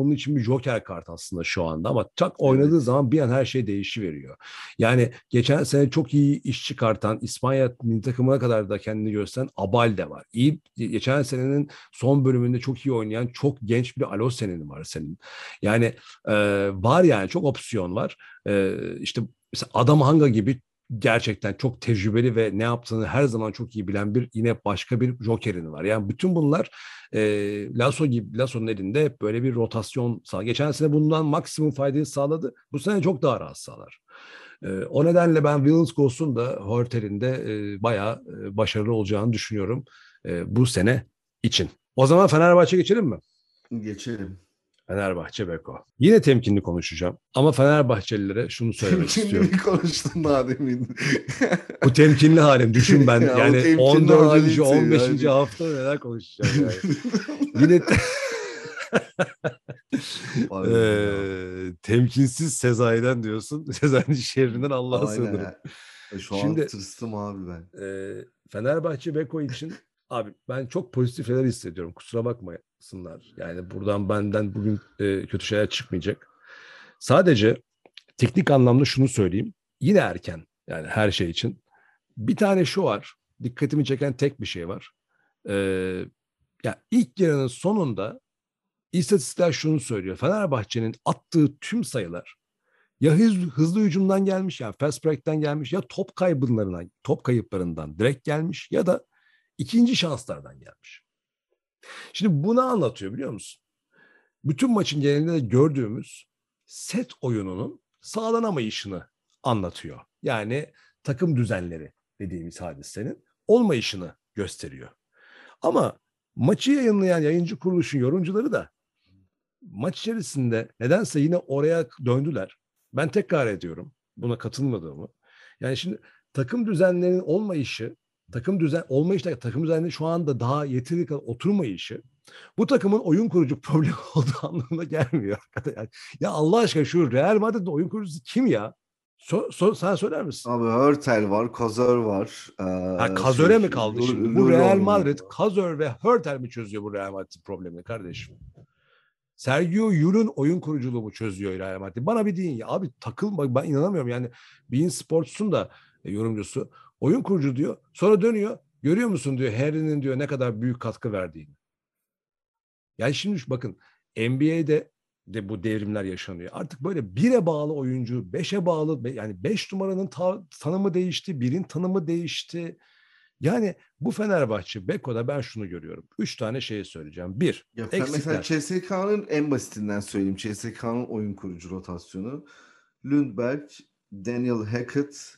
onun için bir joker kart aslında şu anda ama çak oynadığı Evet. zaman bir an her şey değişiveriyor. Yani geçen sene çok iyi iş çıkartan, İspanya milli takımına kadar da kendini gösteren Abal de var. İyi, geçen senenin son bölümünde çok iyi oynayan çok genç bir Alose'nin var senin. Yani e, var yani çok opsiyon var. E, işte mesela Adam Hanga gibi gerçekten çok tecrübeli ve ne yaptığını her zaman çok iyi bilen bir yine başka bir jokerin var. Yani bütün bunlar e, Lasso gibi Lasso'nun elinde hep böyle bir rotasyon sağ. Geçen sene bundan maksimum faydayı sağladı. Bu sene çok daha rahat sağlar. E, o nedenle ben Willens Ghost'un da Hurter'in de e, bayağı e, başarılı olacağını düşünüyorum e, bu sene için. O zaman Fenerbahçe geçelim mi? Geçelim. Fenerbahçe Beko. Yine temkinli konuşacağım ama Fenerbahçelilere şunu söylemek istiyorum. Temkinli konuştun daha demin. Bu temkinli halim düşün ben Ya, o yani temkinli on dördüncü halin on senin, beşinci hani. hafta neler konuşacağım yani. Yine te- Pardon ya. Eee, temkinsiz Sezai'den diyorsun. Sezai'nin şerrinden Allah'a sığınırım. Aynen. Şu an Şimdi tırstım abi ben. eee, Fenerbahçe Beko için abi ben çok pozitif şeyler hissediyorum. Kusura bakmasınlar. Yani buradan benden bugün eee, kötü şeyler çıkmayacak. Sadece teknik anlamda şunu söyleyeyim. Yine erken yani her şey için. Bir tane şu var. Dikkatimi çeken tek bir şey var. Ee, ya ilk yarının sonunda istatistikler şunu söylüyor. Fenerbahçe'nin attığı tüm sayılar ya hız, hızlı hücumdan gelmiş yani fast break'ten gelmiş ya top kaybından top kayıplarından direkt gelmiş ya da ikinci şanslardan gelmiş. Şimdi bunu anlatıyor biliyor musun? Bütün maçın genelinde de gördüğümüz set oyununun sağlanamayışını anlatıyor. Yani takım düzenleri dediğimiz hadisenin olmayışını gösteriyor. Ama maçı yayınlayan yayıncı kuruluşun yorumcuları da maç içerisinde nedense yine oraya döndüler. Ben tekrar ediyorum buna katılmadığımı. Yani şimdi takım düzenlerinin olmayışı, takım düzen olmayışı, takım düzenleri şu anda daha yeteri kadar oturmayışı bu takımın oyun kurucu problemi olduğu anlamına gelmiyor. Yani, ya Allah aşkına şu Real Madrid'in oyun kurucusu kim ya? So, so, sen söyler misin? Abi Hurtel var, Kozor var. Ha Ee, Kazöre şey, mi kaldı şimdi? Bu Lul Real oynuyor. Madrid, Kazör ve Hurtel mi çözüyor bu Real Madrid problemini kardeşim? Sergio Yul'un oyun kuruculuğu mu çözüyor Real Madrid? Bana bir deyin ya. Abi takılma ben inanamıyorum yani. Bein Sports'un da e, yorumcusu oyun kurucu diyor. Sonra dönüyor. Görüyor musun diyor Harry'nin diyor ne kadar büyük katkı verdiğini. Yani şimdi bakın N B A'de de bu devrimler yaşanıyor. Artık böyle bire bağlı oyuncu, beşe bağlı yani beş numaranın ta, tanımı değişti, birin tanımı değişti. Yani bu Fenerbahçe Beko'da ben şunu görüyorum. Üç tane şey söyleyeceğim. Bir, Ya mesela eksikler. C S K'nın en basitinden söyleyeyim. C S K'nın oyun kurucu rotasyonu. Lundberg, Daniel Hackett,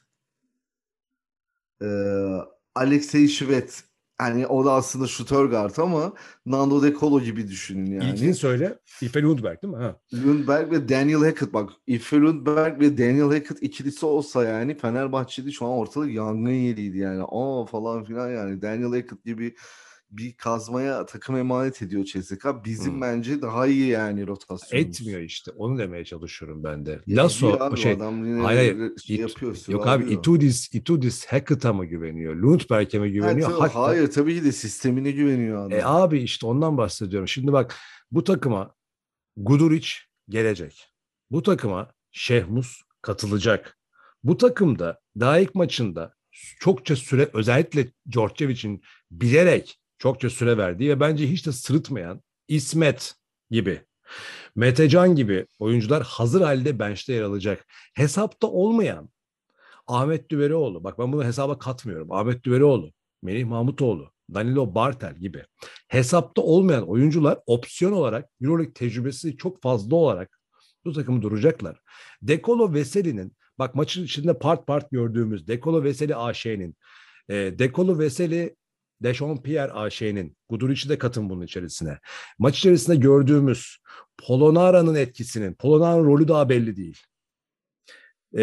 e, Alexey Şivet. Hani o da aslında şutör guard ama Nando De Colo gibi düşünün İlkini yani. söyle. Ife Lundberg değil mi? Ha. Lundberg ve Daniel Hackett, bak Ife Lundberg ve Daniel Hackett ikilisi olsa yani Fenerbahçe'de şu an ortalık yangın yeriydi yani. Aa falan filan yani. Daniel Hackett gibi bir kazmaya takım emanet ediyor C S K. Bizim Hmm. bence daha iyi yani rotasyonumuz. Etmiyor işte. Onu demeye çalışıyorum ben de. Ya ediyor Lasso o abi, o şey. adam yine Hayır hayır. şey It, yapıyor, yok abi süvarlıyor. Itudis, Itudis Hackett'a mı güveniyor? Lundberg'e mi Ha, güveniyor? tabii, Hatta hayır tabii ki de sistemine güveniyor e adam. abi işte ondan bahsediyorum. Şimdi bak bu takıma Guduric gelecek. Bu takıma Şehmus katılacak. Bu takımda daha ilk maçında çokça süre özellikle Djordjevic'in bilerek çokça süre verdiği ve bence hiç de sırıtmayan İsmet gibi, Metecan gibi oyuncular hazır halde bench'te yer alacak. Hesapta olmayan Ahmet Düverioğlu, bak ben bunu hesaba katmıyorum. Ahmet Düverioğlu, Melih Mahmutoğlu, Danilo Bartel gibi hesapta olmayan oyuncular opsiyon olarak EuroLeague tecrübesi çok fazla olarak bu takımı duracaklar. Dekolo Veseli'nin, bak maçın içinde part part gördüğümüz Dekolo Veseli A Ş'nin, e, Dekolo Veseli Dechampierre A Ş'nin, Guduric'i de katın bunun içerisine. Maç içerisinde gördüğümüz Polonara'nın etkisinin, Polonara'nın rolü daha belli değil. E,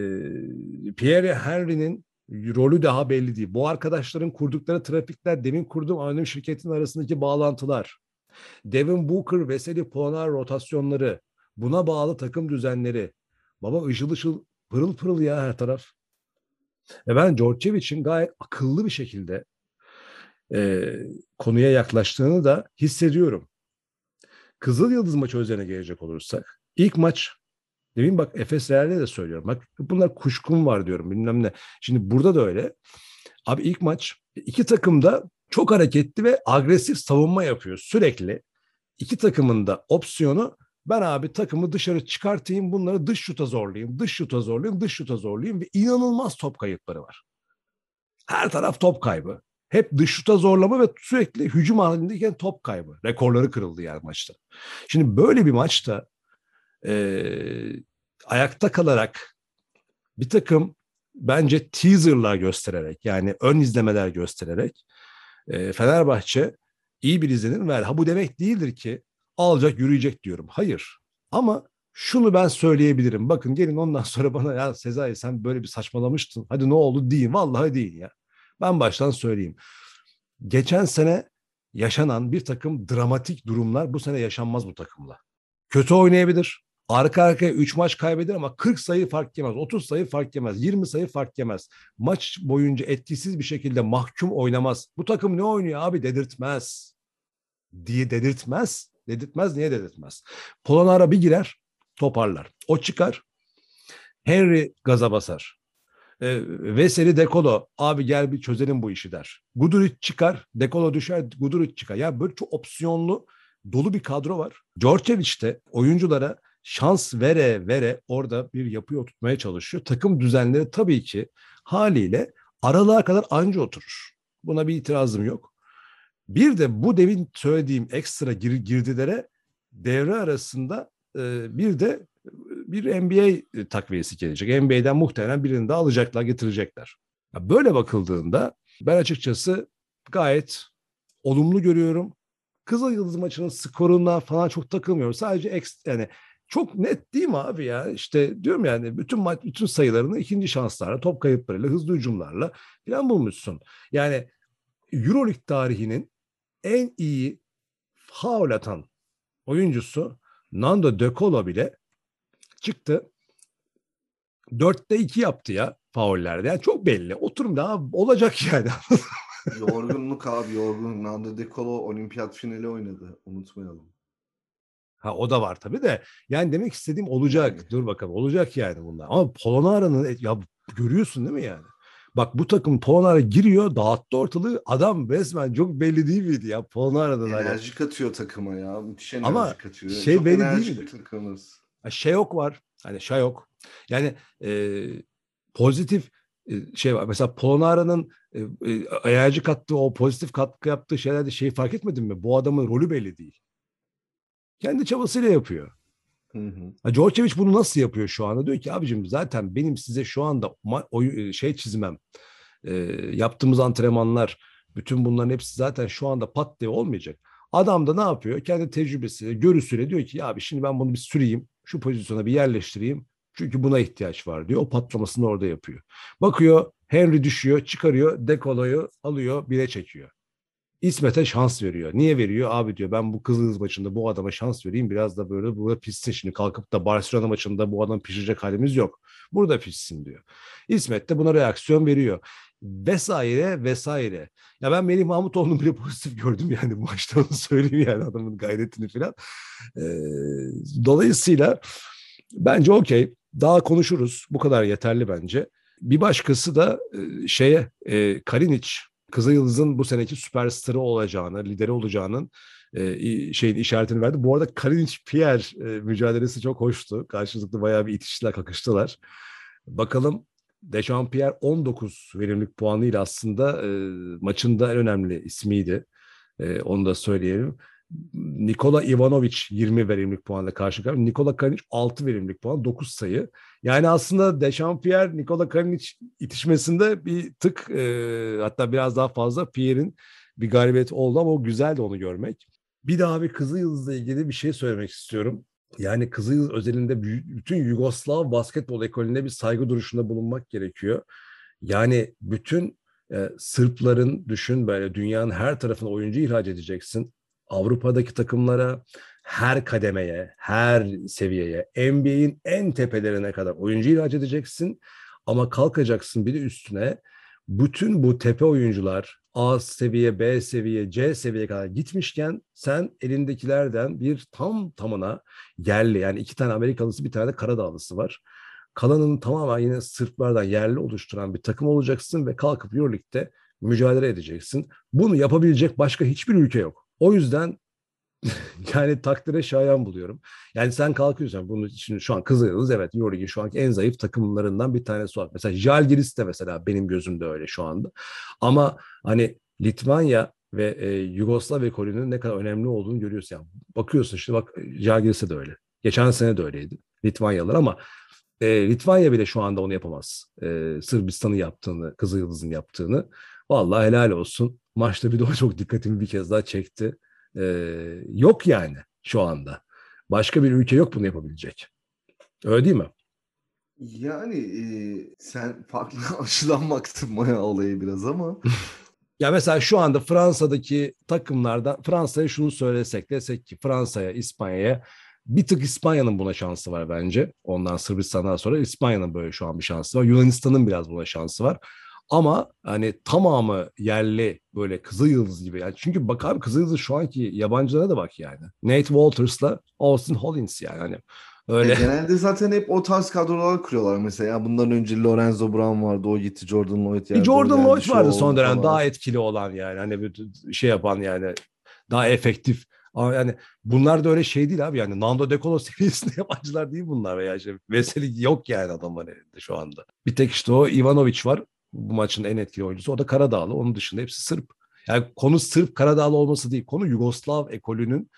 Pierre Henry'nin rolü daha belli değil. Bu arkadaşların kurdukları trafikler, demin kurduğum anonim şirketin arasındaki bağlantılar, Devin Booker, Veseli Polonara rotasyonları, buna bağlı takım düzenleri. Baba ışıl ışıl pırıl pırıl ya her taraf. Ve ben Djordjevic'in gayet akıllı bir şekilde e, konuya yaklaştığını da hissediyorum. Kızıl Yıldız maçı üzerine gelecek olursak ilk maç demin bak Efes Real'de de söylüyorum. Bak bunlar kuşkum var diyorum bilmem ne. Şimdi burada da öyle. Abi ilk maç iki takım da çok hareketli ve agresif savunma yapıyor sürekli. İki takımın da opsiyonu ben abi takımı dışarı çıkartayım, bunları dış şuta zorlayayım, dış şuta zorlayayım, dış şuta zorlayayım ve inanılmaz top kayıpları var. Her taraf top kaybı. Hep dış şuta zorlama ve sürekli hücum halindeyken top kaybı. Rekorları kırıldı yani maçta. Şimdi böyle bir maçta e, ayakta kalarak bir takım bence teaserlar göstererek yani ön izlemeler göstererek e, Fenerbahçe iyi bir izlenim ver. Ha bu demek değildir ki alacak yürüyecek diyorum. Hayır. Ama şunu ben söyleyebilirim. Bakın gelin ondan sonra bana ya Sezai sen böyle bir saçmalamıştın. Hadi ne oldu deyin. Vallahi deyin ya. Ben baştan söyleyeyim. Geçen sene yaşanan bir takım dramatik durumlar bu sene yaşanmaz bu takımla. Kötü oynayabilir. Arka arkaya üç maç kaybeder ama kırk sayı fark yemez. otuz sayı fark yemez. yirmi sayı fark yemez. Maç boyunca etkisiz bir şekilde mahkum oynamaz. Bu takım ne oynuyor abi dedirtmez. Diye dedirtmez. Dedirtmez niye dedirtmez? Polonara bir girer toparlar. O çıkar. Henry gaza basar. E, Veseli Dekolo abi gel bir çözelim bu işi der. Guduric çıkar. Dekolo düşer. Guduric çıkar. Ya böyle çok opsiyonlu dolu bir kadro var. Djordjevic de oyunculara şans vere vere orada bir yapıyı oturtmaya çalışıyor. Takım düzenleri tabii ki haliyle aralığa kadar anca oturur. Buna bir itirazım yok. Bir de bu demin söylediğim ekstra gir, girdilere devre arasında e, bir de bir N B A takviyesi gelecek. N B A'den muhtemelen birini de alacaklar, getirecekler. Böyle bakıldığında ben açıkçası gayet olumlu görüyorum. Kızıl Yıldız maçının skoruna falan çok takılmıyorum. Sadece eks, yani çok net değil mi abi ya? İşte diyorum yani bütün maç, bütün sayılarını ikinci şanslarla, top kayıplarıyla, hızlı hücumlarla falan bulmuşsun. Yani EuroLeague tarihinin en iyi faul atan oyuncusu Nando De Colo bile çıktı. Dörtte iki yaptı ya faullerde. Yani çok belli. Oturum daha olacak yani. Yorgunluk abi yorgun. Nando De Colo olimpiyat finali oynadı. Unutmayalım. Ha o da var tabii de. Yani demek istediğim olacak. Yani. Dur bakalım olacak yani bunlar. Ama Polonara'nın ya görüyorsun değil mi yani? Bak bu takım Polonara giriyor dağıttı ortalığı. Adam resmen çok belli değil miydi ya Polonara'dan hani. Enerji katıyor takıma ya. Müthiş Ama enerji katıyor. şey Çok belli değil enerjik miydi? bir takımız. Şeyok var. Hani Şeyok. Yani e, pozitif e, şey var. Mesela Polonara'nın e, e, enerji kattığı o pozitif katkı yaptığı şeylerde şeyi fark etmedin mi? Bu adamın rolü belli değil. Kendi çabasıyla yapıyor. Hı hı. Ha, Djordjevic bunu nasıl yapıyor şu anda? Diyor ki abicim zaten benim size şu anda oy, şey çizmem, e, yaptığımız antrenmanlar, bütün bunların hepsi zaten şu anda pat diye olmayacak. Adam da ne yapıyor? Kendi tecrübesiyle, görüsüyle diyor ki ya abi şimdi ben bunu bir süreyim, şu pozisyona bir yerleştireyim. Çünkü buna ihtiyaç var diyor. O patlamasını orada yapıyor. Bakıyor Henry düşüyor, çıkarıyor, Dekolo'yu alıyor, bire çekiyor. İsmet'e şans veriyor. Niye veriyor? Abi diyor ben bu Kızıldız maçında bu adama şans vereyim. Biraz da böyle burada pişsin. Şimdi kalkıp da Barcelona maçında bu adam pişirecek halimiz yok. Burada pişsin diyor. İsmet de buna reaksiyon veriyor. Vesaire vesaire. Ya ben Melih Mahmutoğlu'nu bile pozitif gördüm yani bu maçta onu söyleyeyim yani adamın gayretini falan. Ee, dolayısıyla bence okey. Daha konuşuruz. Bu kadar yeterli bence. Bir başkası da e, şeye e, Kalinic. Kızılyıldız'ın bu seneki süperstarı olacağını, lideri olacağının e, şeyin işaretini verdi. Bu arada Kalinic-Pierre e, mücadelesi çok hoştu. Karşılıklı bayağı bir itiştiler, kakıştılar. Bakalım Dechampierre on dokuz verimlilik puanıyla aslında e, maçın da en önemli ismiydi. E, onu da söyleyelim. Nikola Ivanovic yirmi verimlilik puanla karşı karşıya. Nikola Kalinic altı verimlilik puan, dokuz sayı. Yani aslında Dechampierre Nikola Kalinic itişmesinde bir tık e, hatta biraz daha fazla Pierre'in bir galibiyeti oldu ama o güzeldi onu görmek. Bir daha bir Kızılyıldız'la ilgili bir şey söylemek istiyorum. Yani Kızılyıldız özelinde bütün Yugoslav basketbol ekolüne bir saygı duruşunda bulunmak gerekiyor. Yani bütün e, Sırpların düşün böyle dünyanın her tarafına oyuncu ihraç edeceksin. Avrupa'daki takımlara, her kademeye, her seviyeye, N B A'in en tepelerine kadar oyuncu ihraç edeceksin. Ama kalkacaksın bir de üstüne bütün bu tepe oyuncular A seviye, B seviye, C seviye kadar gitmişken sen elindekilerden bir tam tamına yerli, yani iki tane Amerikalısı bir tane de Karadağlısı var. Kalanını tamamen yine Sırplardan yerli oluşturan bir takım olacaksın ve kalkıp Euroleague'de mücadele edeceksin. Bunu yapabilecek başka hiçbir ülke yok. O yüzden yani takdire şayan buluyorum. Yani sen kalkıyorsun bunun için, şu an Kızılyıldız evet Euroleague'in şu anki en zayıf takımlarından bir tanesi var. Mesela Žalgiris de mesela benim gözümde öyle şu anda. Ama hani Litvanya ve e, Yugoslav ekolünün ne kadar önemli olduğunu görüyorsun. Yani bakıyorsun işte bak Žalgiris'e de öyle. Geçen sene de öyleydi Litvanyalılar ama e, Litvanya bile şu anda onu yapamaz. E, Sırbistan'ın yaptığını, Kızılyıldız'ın yaptığını. Vallahi helal olsun. Maçta bir de o çok dikkatimi bir kez daha çekti. Ee, yok yani şu anda. Başka bir ülke yok bunu yapabilecek. Öyle değil mi? Yani e, sen farklı açıdan baktın bayağı olaya biraz ama. Ya mesela şu anda Fransa'daki takımlardan Fransa'ya şunu söylesek, desek ki Fransa'ya, İspanya'ya, bir tık İspanya'nın buna şansı var bence. Ondan Sırbistan'dan sonra İspanya'nın böyle şu an bir şansı var. Yunanistan'ın biraz buna şansı var. Ama hani tamamı yerli böyle Kızılyıldız gibi. Yani çünkü bak abi Kızılyıldız şu anki yabancılara da bak yani. Nate Walters'la Austin Hollins yani. Hani E, öyle. genelde zaten hep o tarz kadrolar kuruyorlar mesela. Ya bundan önce Lorenzo Brown vardı. O gitti. Jordan Lloyd Bir yerde. O Jordan geldi. Lloyd Şu vardı son oldu dönem falan. daha etkili olan yani. Hani bir şey yapan yani daha efektif. Ama yani bunlar da öyle şey değil abi yani Nando De Colo seviyesinde yabancılar değil bunlar veya işte Veseli yok yani adamın elinde şu anda. Bir tek işte o Ivanovic var bu maçın en etkili oyuncusu o da Karadağlı onun dışında hepsi Sırp. Yani konu Sırp Karadağlı olması değil konu Yugoslav ekolünün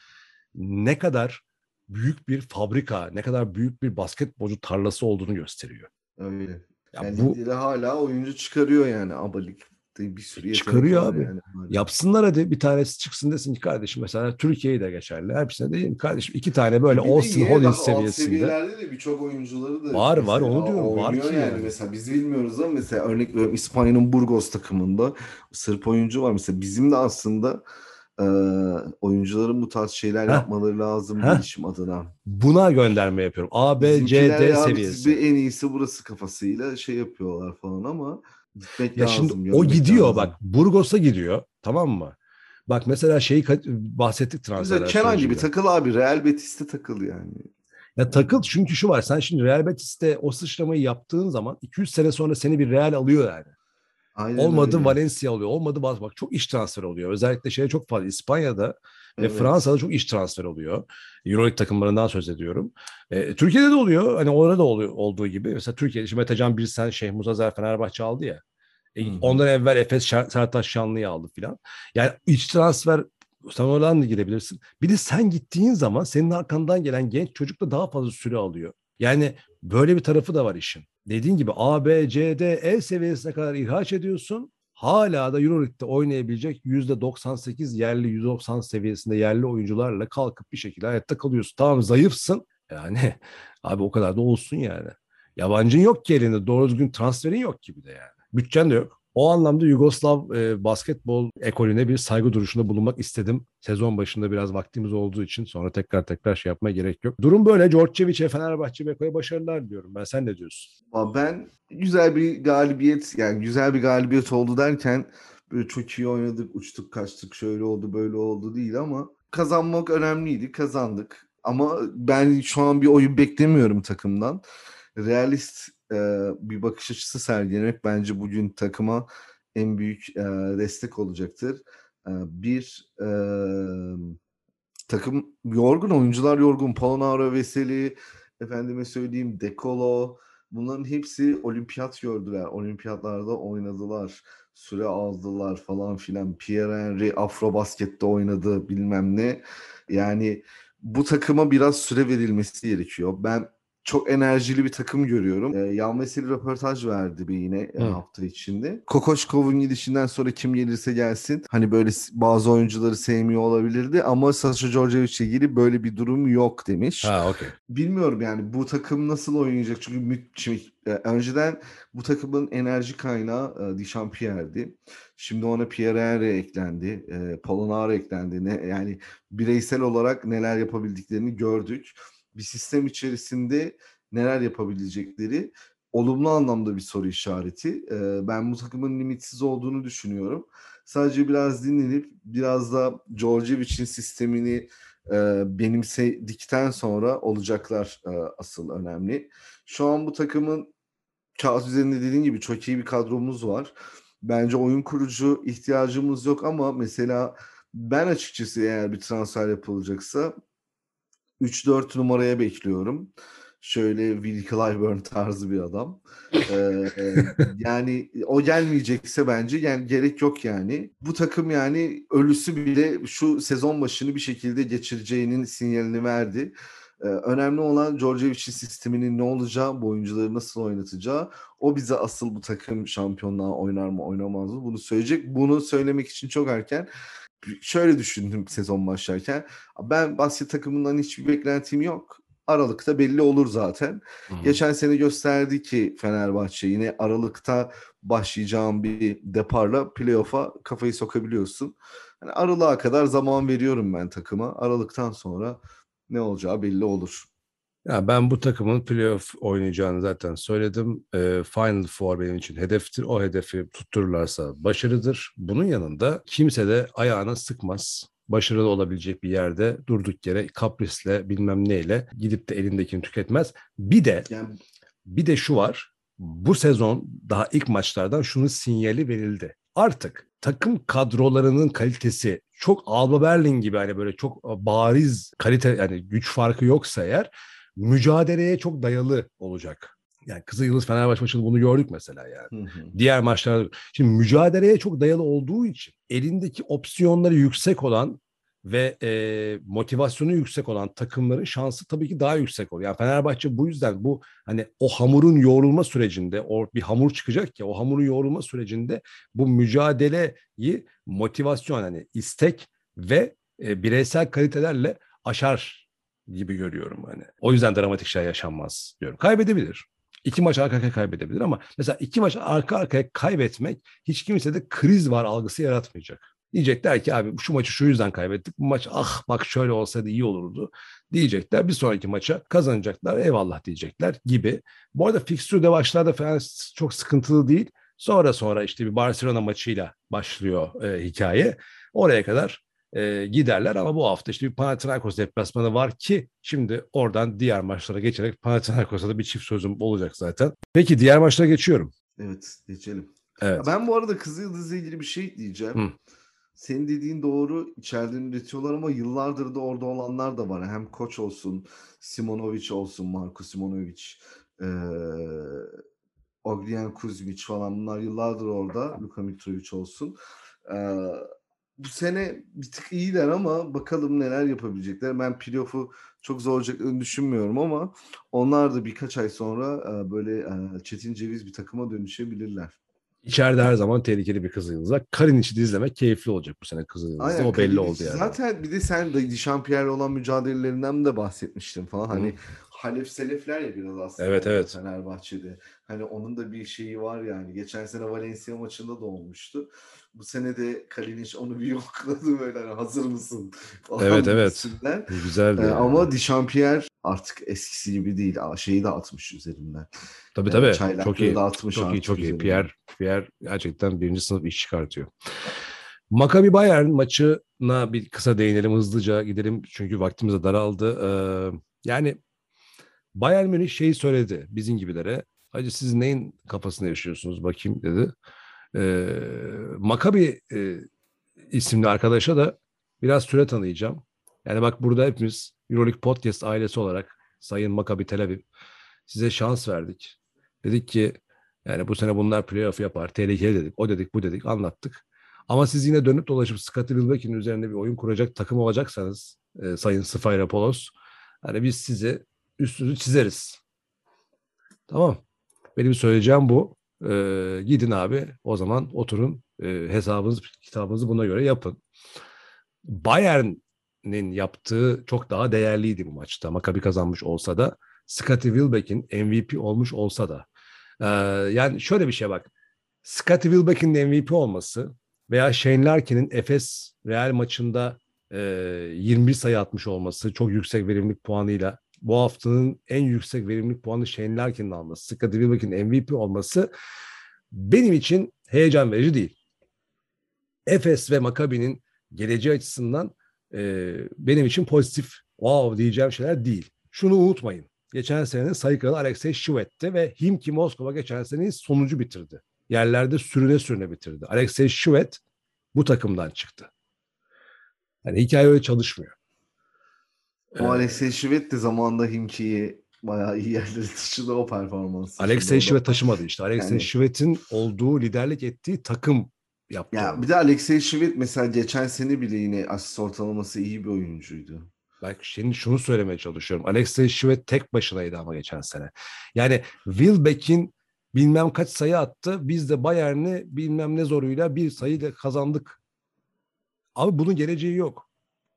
ne kadar büyük bir fabrika ne kadar büyük bir basketbolcu tarlası olduğunu gösteriyor. Öyle. Ya Yani bu ligleri hala oyuncu çıkarıyor yani. Abilik bir sürü yetenek çıkarıyor var abi. yani. Hala. Yapsınlar hadi bir tanesi çıksın desin ki kardeşim mesela Türkiye'yi de geçerli. Hepsine diyeyim kardeşim iki tane böyle E bir de Austin yine Hollins daha alt seviyesinde. seviyelerde de birçok oyuncuları da Var var onu mesela diyorum var oynuyor ki yani. yani. Mesela biz bilmiyoruz ama mesela örnek veriyorum İspanya'nın Burgos takımında Sırp oyuncu var. Mesela bizim de aslında e, oyuncuların bu tarz şeyler Heh, yapmaları lazım heh. gelişim adına. Buna gönderme yapıyorum. A, B, C, Bizimkiler D ya biz seviyesi. bir en iyisi burası kafasıyla şey yapıyorlar falan ama gitmek Ya şimdi lazım, o görmek gidiyor lazım. bak Burgos'a gidiyor tamam mı? Bak mesela şeyi bahsettik Güzel transferler Kenan gibi süreciyle. takıl abi. Real Betis'te takıl yani. Ya takıl çünkü şu var sen şimdi Real Betis'te o sıçramayı yaptığın zaman iki üç sene sonra seni bir Real alıyor yani. Aynen Olmadı öyle. Valencia oluyor. Olmadı bak, bak çok iş transferi oluyor. Özellikle şeye çok fazla İspanya'da ve Evet. Fransa'da çok iş transferi oluyor. Euroleague takımlarından söz ediyorum. E, Türkiye'de de oluyor. Hani orada da oluyor, olduğu gibi. Mesela Türkiye'de şimdi Metecan Birsen, Şeyh Muzazer Fenerbahçe aldı ya. Hı E, hı. ondan evvel Efes Şer- Sertaç Şanlı'yı aldı filan. Yani iç transfer sen oradan da girebilirsin. Bir de sen gittiğin zaman senin arkandan gelen genç çocuk da daha fazla süre alıyor. Yani böyle bir tarafı da var işin. Dediğin gibi A, B, C, D, E seviyesine kadar ihraç ediyorsun. Hala da Euroleague'de oynayabilecek yüzde doksan sekiz yerli, yüzde doksan seviyesinde yerli oyuncularla kalkıp bir şekilde hayatta kalıyorsun. Tamam zayıfsın. Yani abi o kadar da olsun yani. Yabancın yok ki elinde. Doğru düzgün transferin yok gibi de yani. Bütçen de yok. O anlamda Yugoslav e, basketbol ekolüne bir saygı duruşunda bulunmak istedim. Sezon başında biraz vaktimiz olduğu için sonra tekrar tekrar şey yapmaya gerek yok. Durum böyle. Djordjevic'e, Fenerbahçe, Beko'ya başarılar diyorum ben. Sen ne diyorsun? Ama ben güzel bir galibiyet yani güzel bir galibiyet oldu derken böyle çok iyi oynadık, uçtuk, kaçtık, şöyle oldu, böyle oldu değil ama kazanmak önemliydi. Kazandık. Ama ben şu an bir oyun beklemiyorum takımdan. Realist e, bir bakış açısı sergilemek bence bugün takıma en büyük e, destek olacaktır. E, bir e, takım yorgun, oyuncular yorgun. Polonara, Veseli, efendime söyleyeyim De Colo. Bunların hepsi olimpiyat gördüler. Olimpiyatlarda oynadılar. Süre aldılar falan filan. Pierre Henry Afrobasket'te oynadı bilmem ne. Yani bu takıma biraz süre verilmesi gerekiyor. Ben çok enerjili bir takım görüyorum. Ee, Yan Veseli röportaj verdi bir yine e, Hı. hafta içinde. Kokoşkov'un gidişinden sonra kim gelirse gelsin. Hani böyle s- bazı oyuncuları sevmiyor olabilirdi ama Sasha Djordjevic'le ilgili böyle bir durum yok demiş. Ha okey. Bilmiyorum yani bu takım nasıl oynayacak çünkü mü- şimdi, e, önceden bu takımın enerji kaynağı e, Dişampierre'di. Şimdi ona Pierre Henry eklendi, e, Polonara eklendi. Ne, yani bireysel olarak neler yapabildiklerini gördük. Bir sistem içerisinde neler yapabilecekleri olumlu anlamda bir soru işareti. Ee, ben bu takımın limitsiz olduğunu düşünüyorum. Sadece biraz dinlenip biraz da Djordjevic'in sistemini e, benimsedikten sonra olacaklar e, asıl önemli. Şu an bu takımın kağıt üzerinde dediğin gibi çok iyi bir kadromuz var. Bence oyun kurucu ihtiyacımız yok ama mesela ben açıkçası eğer bir transfer yapılacaksa üç dört numaraya bekliyorum. Şöyle Will Clyburn tarzı bir adam. Ee, yani o gelmeyecekse bence yani gerek yok yani. Bu takım yani ölüsü bile şu sezon başını bir şekilde geçireceğinin sinyalini verdi. Ee, önemli olan Djordjevic'in sisteminin ne olacağı, bu oyuncuları nasıl oynatacağı. O bize asıl bu takım şampiyonluğa oynar mı oynamaz mı bunu söyleyecek. Bunu söylemek için çok erken. Şöyle düşündüm sezon başlarken. Ben basket takımından hiçbir beklentim yok. Aralıkta belli olur zaten. Hı-hı. Geçen sene gösterdi ki Fenerbahçe yine Aralıkta başlayacağım bir deparla playoff'a kafayı sokabiliyorsun. Yani Aralık'a kadar zaman veriyorum ben takıma. Aralıktan sonra ne olacağı belli olur. Ya ben bu takımın playoff oynayacağını zaten söyledim. E, Final Four benim için hedeftir. O hedefi tuttururlarsa başarıdır. Bunun yanında kimse de ayağına sıkmaz. Başarılı olabilecek bir yerde durduk yere kaprisle bilmem neyle gidip de elindekini tüketmez. Bir de Yani bir de şu var. Bu sezon daha ilk maçlardan şunun sinyali verildi. Artık takım kadrolarının kalitesi çok Alba Berlin gibi hani böyle çok bariz kalite yani güç farkı yoksa eğer mücadeleye çok dayalı olacak. Yani Kızılyıldız Fenerbahçe maçında bunu gördük mesela yani. hı hı. Diğer maçlarda şimdi mücadeleye çok dayalı olduğu için elindeki opsiyonları yüksek olan ve e, motivasyonu yüksek olan takımların şansı tabii ki daha yüksek oluyor. Yani Fenerbahçe bu yüzden bu hani o hamurun yoğrulma sürecinde o bir hamur çıkacak ya o hamurun yoğrulma sürecinde bu mücadeleyi motivasyon hani istek ve e, bireysel kalitelerle aşar gibi görüyorum hani. O yüzden dramatik şey yaşanmaz diyorum. Kaybedebilir. İki maç arka arkaya kaybedebilir ama mesela iki maç arka arkaya kaybetmek hiç kimsede kriz var algısı yaratmayacak. Diyecekler ki abi şu maçı şu yüzden kaybettik. Bu maç ah bak şöyle olsaydı iyi olurdu diyecekler. Bir sonraki maça kazanacaklar eyvallah diyecekler gibi. Bu arada fikstürde başlarda falan çok sıkıntılı değil. Sonra sonra işte bir Barcelona maçıyla başlıyor e, hikaye. Oraya kadar e, giderler ama bu hafta işte bir Panathinaikos deplasmanı var ki şimdi oradan diğer maçlara geçerek Panathinaikos'a da bir çift sözüm olacak zaten. Peki diğer maçlara geçiyorum. Evet, geçelim. Evet. Ben bu arada Kızılyıldız'la ilgili bir şey diyeceğim. Hı. Senin dediğin doğru, içeriden üretiyorlar ama yıllardır da orada olanlar da var. Hem koç olsun, Simonovic olsun, Marko Simonovic, ee, Ognjen Kuzmic falan bunlar yıllardır orada. Luka Mitrovic olsun. Ee, bu sene bir tık iyiler ama bakalım neler yapabilecekler. Ben playoff'u çok zor olacaklarını düşünmüyorum ama onlar da birkaç ay sonra e, böyle e, çetin ceviz bir takıma dönüşebilirler. İçeride her zaman tehlikeli bir Kızılyıldız var. Kalinic'i de izlemek keyifli olacak bu sene Kızılyıldız'da. Aynen O belli Kalinic. oldu yani. Zaten bir de sen de Jean-Pierre'le olan mücadelelerinden de bahsetmiştin falan. Hı. Hani Halef Selefler ya biraz aslında Evet, evet. Fenerbahçe'de. Hani onun da bir şeyi var yani. Geçen sene Valencia maçında da olmuştu. Bu sene de Kalinic onu bir yokladı böyle hani hazır mısın falan Evet, evet. gibisinden. Güzeldi Ee, yani. ama Jean-Pierre artık eskisi gibi değil. Aa, Şeyi de atmış üzerinden. Tabii Ee, tabii. çaylaklığı Çok iyi. da atmış Çok iyi, artık çok iyi. üzerinden. Pierre, Pierre gerçekten birinci sınıf iş çıkartıyor. Maccabi Bayern maçına bir kısa değinelim, hızlıca gidelim çünkü vaktimiz de daraldı. Ee, yani Bayern Münih şeyi söyledi bizim gibilere. Hacı siz neyin kafasında yaşıyorsunuz bakayım dedi. Ee, Maccabi e, isimli arkadaşa da biraz süre tanıyacağım. Yani bak burada hepimiz Euroleague Podcast ailesi olarak Sayın Maccabi Tel Aviv size şans verdik. Dedik ki yani bu sene bunlar playoff yapar, tehlikeli dedik. O dedik, bu dedik, anlattık. Ama siz yine dönüp dolaşıp Scottie Wilbeck'in üzerinde bir oyun kuracak takım olacaksanız e, Sayın Spyropoulos hani biz size üstünüzü çizeriz. Tamam. Benim söyleyeceğim bu. Ee, gidin abi o zaman oturun e, hesabınızı kitabınızı buna göre yapın. Bayern'in yaptığı çok daha değerliydi bu maçta. Maccabi kazanmış olsa da Scottie Wilbeck'in M V P olmuş olsa da ee, yani şöyle bir şey bak. Scottie Wilbeck'in M V P olması veya Shane Larkin'in Efes Real maçında e, yirmi bir sayı atmış olması çok yüksek verimlilik puanıyla bu haftanın en yüksek verimlilik puanı Shane Larkin'in alması, Scottie Wilbeck'in M V P olması benim için heyecan verici değil. Efes ve Maccabi'nin geleceği açısından e, benim için pozitif, wow diyeceğim şeyler değil. Şunu unutmayın. Geçen senenin sayı kralı Alexey Shved'ti ve Himki Moskova geçen seneyi sonuncu bitirdi. Yerlerde sürüne sürüne bitirdi. Alexey Shved bu takımdan çıktı. Yani hikaye öyle çalışmıyor. Ama Ee, Alexey Shved de zamanında Himki'yi bayağı iyi yerlere taşıdı o performansı. Alexey Shved taşımadı işte. Alexey Yani- Shved'in olduğu, liderlik ettiği takım yaptı Ya onu. bir de Alexey Shved mesela geçen sene bile yine asist ortalaması iyi bir oyuncuydu. Bak şimdi şunu söylemeye çalışıyorum. Alexey Shved tek başınaydı ama geçen sene. Yani Wilbeck'in bilmem kaç sayı attı. Biz de Bayern'i bilmem ne zoruyla bir sayıyla kazandık. Abi bunun geleceği yok.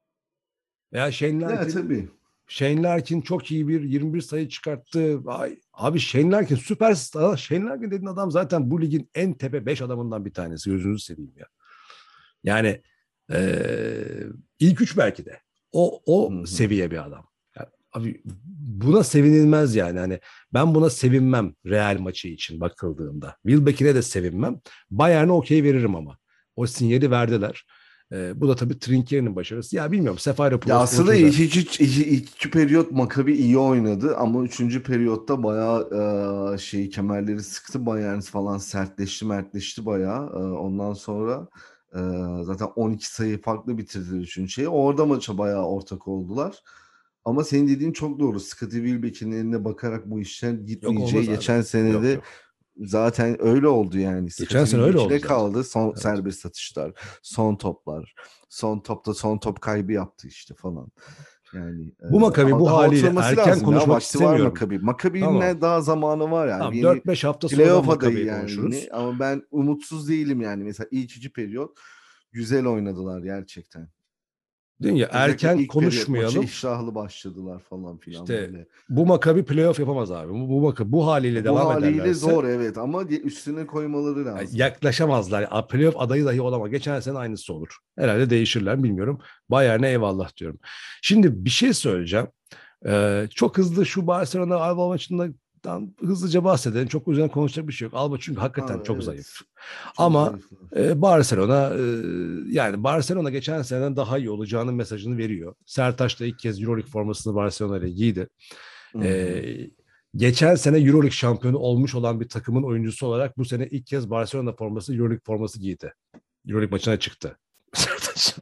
Veya Shane Ya Larkin, tabii. Shane Larkin çok iyi bir yirmi bir sayı çıkarttı. Ay, abi Shane Larkin süperstar. Shane Larkin dediğin adam zaten bu ligin en tepe beş adamından bir tanesi. Gözünüzü seveyim ya. Yani ee, ilk üç belki de. O o Hı hı. seviye bir adam. Yani, abi buna sevinilmez yani. Hani ben buna sevinmem Real maçı için bakıldığında. Wilbeck'ine de sevinmem. Bayern'e okey veririm ama. O sinyali verdiler. Ee, bu da tabii Trinkier'in başarısı. Ya bilmiyorum. Seferopoulous Ya aslında çözer. ilk iki, iki, iki periyot Maccabi iyi oynadı ama üçüncü periyotta bayağı e, şey kemerleri sıktı Bayern falan sertleşti mertleşti bayağı. E, ondan sonra e, zaten on iki sayı farklı bitirdi üçüncü şeyi. Orada maça bayağı ortak oldular. Ama senin dediğin çok doğru. Scottie Wilbeck'in eline bakarak bu işler Yok gitmeyeceği olmaz abi. geçen Yok senede yok. zaten öyle oldu yani. Geçen Scottie sene öyle oldu Wilbeck'ine zaten. kaldı. Son Evet. serbest atışlar, son toplar. Son topta son top kaybı yaptı işte falan. Yani Bu e, Maccabi ama bu daha haliyle oturması erken lazım ya. konuşmak Vakti var istemiyorum. Maccabi. Maccabi'nin Tamam. ne daha zamanı var yani. Tamam Bir yeni dört beş hafta sonra playoff adayı Maccabi'yi yani konuşuruz. yine. Ama ben umutsuz değilim yani. Mesela ilk iki periyot güzel oynadılar gerçekten. Değil ya Özellikle erken ilk periyot maçı konuşmayalım. iştahlı başladılar falan filan İşte böyle. bu Maccabi playoff yapamaz abi. Bu, bu Maccabi bu haliyle Bu devam haliyle ederlerse zor evet ama üstüne koymaları yani lazım. yaklaşamazlar. A, playoff adayı dahi olamaz. Geçen sene aynısı olur. Herhalde değişirler bilmiyorum. Bayern'e eyvallah diyorum. Şimdi bir şey söyleyeceğim. Ee, çok hızlı şu Barcelona Alba maçından hızlıca bahsedelim. Çok üzerine konuşacak bir şey yok. Alba çünkü hakikaten Ha, çok evet. zayıf. Çok Ama zayıflar. e, Barcelona e, yani Barcelona geçen seneden daha iyi olacağının mesajını veriyor. Sertaç da ilk kez Euroleague formasını Barcelona ile giydi. Hı hı. E, geçen sene Euroleague şampiyonu olmuş olan bir takımın oyuncusu olarak bu sene ilk kez Barcelona forması Euroleague forması giydi. Euroleague maçına çıktı. Sertaç.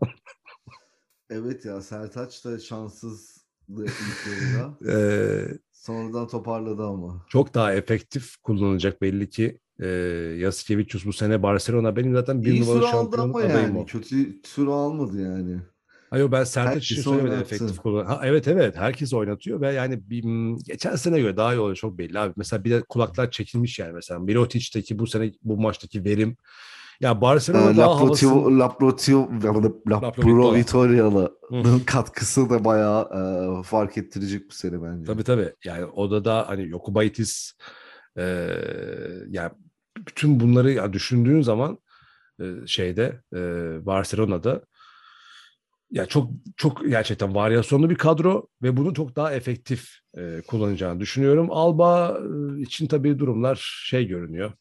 Evet ya Sertaç da şanssızdı ilk yarıda. e, Sonradan toparladı ama. çok daha efektif kullanılacak belli ki. E, Jasikevicius bu sene Barcelona benim zaten bir İyi numaralı süre aldı şampiyon ama adayım yani. o. Kötü süre almadı yani. Hayır ben Sertaç için Herkesi söylemedim efektif oynattı. kullan. Ha, evet evet herkes oynatıyor ve yani bir, m, geçen sene göre daha iyi oluyor çok belli abi. Mesela bir de kulaklar çekilmiş yani mesela Mirotic'teki bu sene bu maçtaki verim. Ya Ee, Barcelona daha havasın Laprotiv, Laprotiv, Lapro Lapro Vittola. Hı. Vitoria'nın katkısı da bayağı e, fark ettirecek bu sene bence. Tabii tabii yani odada hani Jokubaitis e, yani bütün bunları ya düşündüğün zaman e, şeyde e, Barcelona'da ya çok çok gerçekten varyasyonlu bir kadro ve bunu çok daha efektif e, kullanacağını düşünüyorum. Alba e, için tabii durumlar şey görünüyor.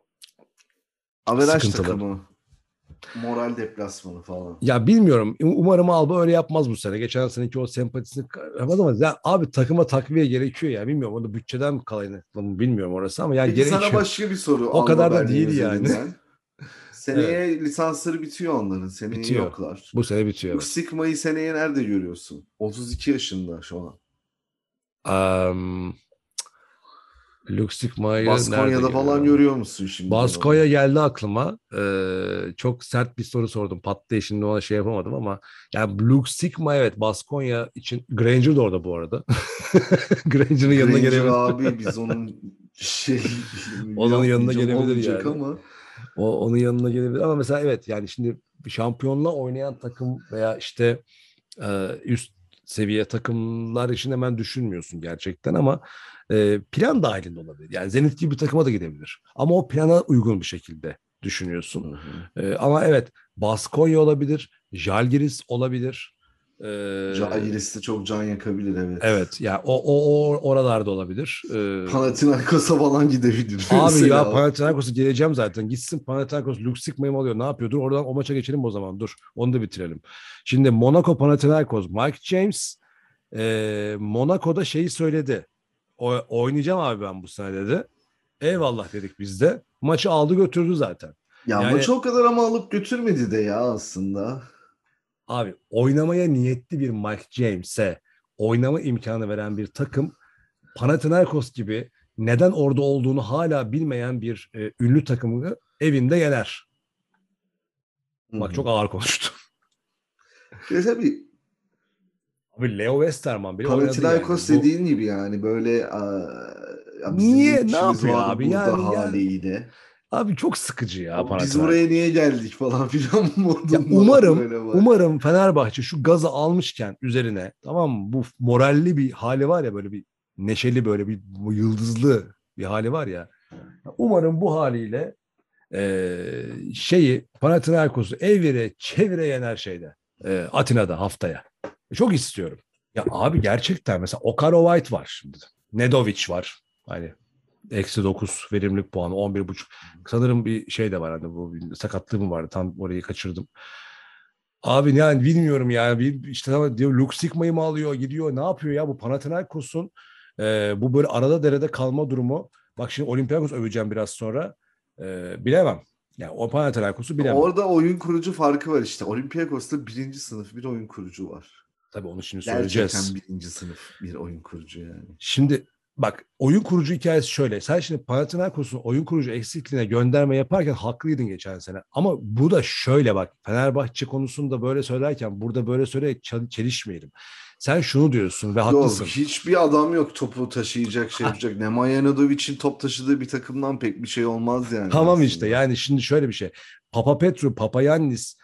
Averaj Sıkıntılı. takımı. Moral deplasmanı falan. Ya bilmiyorum. Um- Umarım Alba öyle yapmaz bu sene. Geçen seneki o sempatisini yapmaz ama ya abi takıma takviye gerekiyor ya. Bilmiyorum. Onu bütçeden mi kaynaklı mı bilmiyorum orası ama yani Peki sana gerekiyor. başka bir soru O Alba kadar da Berlin değil yani. üzerinden. Evet. Seneye lisansları bitiyor onların. Seneye Bitiyor. yoklar. Bu sene bitiyor Lux evet. Sigma'yı seneye nerede görüyorsun? otuz iki yaşında şu an. Um, Luxigma'yı nerede Baskonya'da falan görüyorum? görüyor musun şimdiden Baskonya onu? geldi aklıma. Ee, çok sert bir soru sordum. Pat diye şimdi ona şey yapamadım ama yani Luke Sigma evet Baskonya için Granger de orada bu arada. Granger'ın yanına Granger gelebilir. abi biz onun şey Onun yanına yapmayacağım gelebilir olmayacak yani. ama O onun yanına gelebilir ama mesela evet yani şimdi bir şampiyonla oynayan takım veya işte e, üst seviye takımlar için hemen düşünmüyorsun gerçekten ama e, plan dahilinde olabilir. Yani Zenit gibi bir takıma da gidebilir. Ama o plana uygun bir şekilde düşünüyorsun. hı hı. E, ama evet Baskonya olabilir, Žalgiris olabilir. Ee, Žalgiris de çok can yakabilir, evet. Evet ya, yani o, o, o oralarda olabilir. Ee, Panathinaikos'a falan gidebilir abi mesela. ya Panathinaikos'a geleceğim zaten. Gitsin Panathinaikos Luke Sigma'yı mı alıyor? Ne yapıyor? Dur oradan o maça geçelim o zaman. Dur. Onu da bitirelim. Şimdi Monaco Panathinaikos. Mike James e, Monaco'da şeyi söyledi. O, oynayacağım abi ben bu sene dedi. Eyvallah dedik biz de. Maçı aldı götürdü zaten. Ya Yani maçı o kadar ama alıp götürmedi de ya aslında. abi oynamaya niyetli bir Mike James'e oynama imkanı veren bir takım Panathinaikos gibi neden orada olduğunu hala bilmeyen bir e, ünlü takımı evinde yener. Hı Bak çok hı. ağır konuştum. Ya tabii Abi Leo Westerman bile oynadı yani. Panathinaikos Bu dediğin gibi yani böyle aa, ya bizim ne niye ne işimiz yapıyor var abi? burada Yani ya haliyle. abi çok sıkıcı ya Abi biz buraya Panathinaikos. niye geldik falan filan Ya modundalar umarım böyle var. umarım Fenerbahçe şu gazı almışken üzerine, tamam mı? Bu moralli bir hali var ya, böyle bir neşeli, böyle bir bu yıldızlı bir hali var ya. Umarım bu haliyle e, şeyi Panathinaikos'u evire çevire yener şeyde. E, Atina'da haftaya. Çok istiyorum. Ya abi gerçekten mesela Okaro White var şimdi. Nedovic var. Hani eksi dokuz verimlilik puanı, on bir buçuk. Sanırım bir şey de var, hani bu bir sakatlığım vardı. Tam orayı kaçırdım. Abi yani bilmiyorum yani, bir işte ama diyor Luke Sigma'yı mı alıyor, gidiyor, ne yapıyor ya bu Panathinaikos'un e, bu böyle arada derede kalma durumu. Bak şimdi Olympiakos öveceğim biraz sonra. E, bilemem. Yani o Panathinaikos'u bilemem. Orada oyun kurucu farkı var işte. Olympiakos'ta birinci sınıf bir oyun kurucu var. Tabii onu şimdi Gerçekten söyleyeceğiz. birinci sınıf bir oyun kurucu yani. Şimdi bak, oyun kurucu hikayesi şöyle. Sen şimdi Panathinaikos'un oyun kurucu eksikliğine gönderme yaparken haklıydın geçen sene. Ama bu da şöyle bak. Fenerbahçe konusunda böyle söylerken burada böyle söyleyerek çel- çelişmeyelim. Sen şunu diyorsun ve Yok, haklısın. hiçbir adam yok topu taşıyacak, şey yapacak. Nemanja Nedovic'in top taşıdığı bir takımdan pek bir şey olmaz yani Tamam işte, aslında. yani şimdi şöyle bir şey. Papa Petru, Papayannis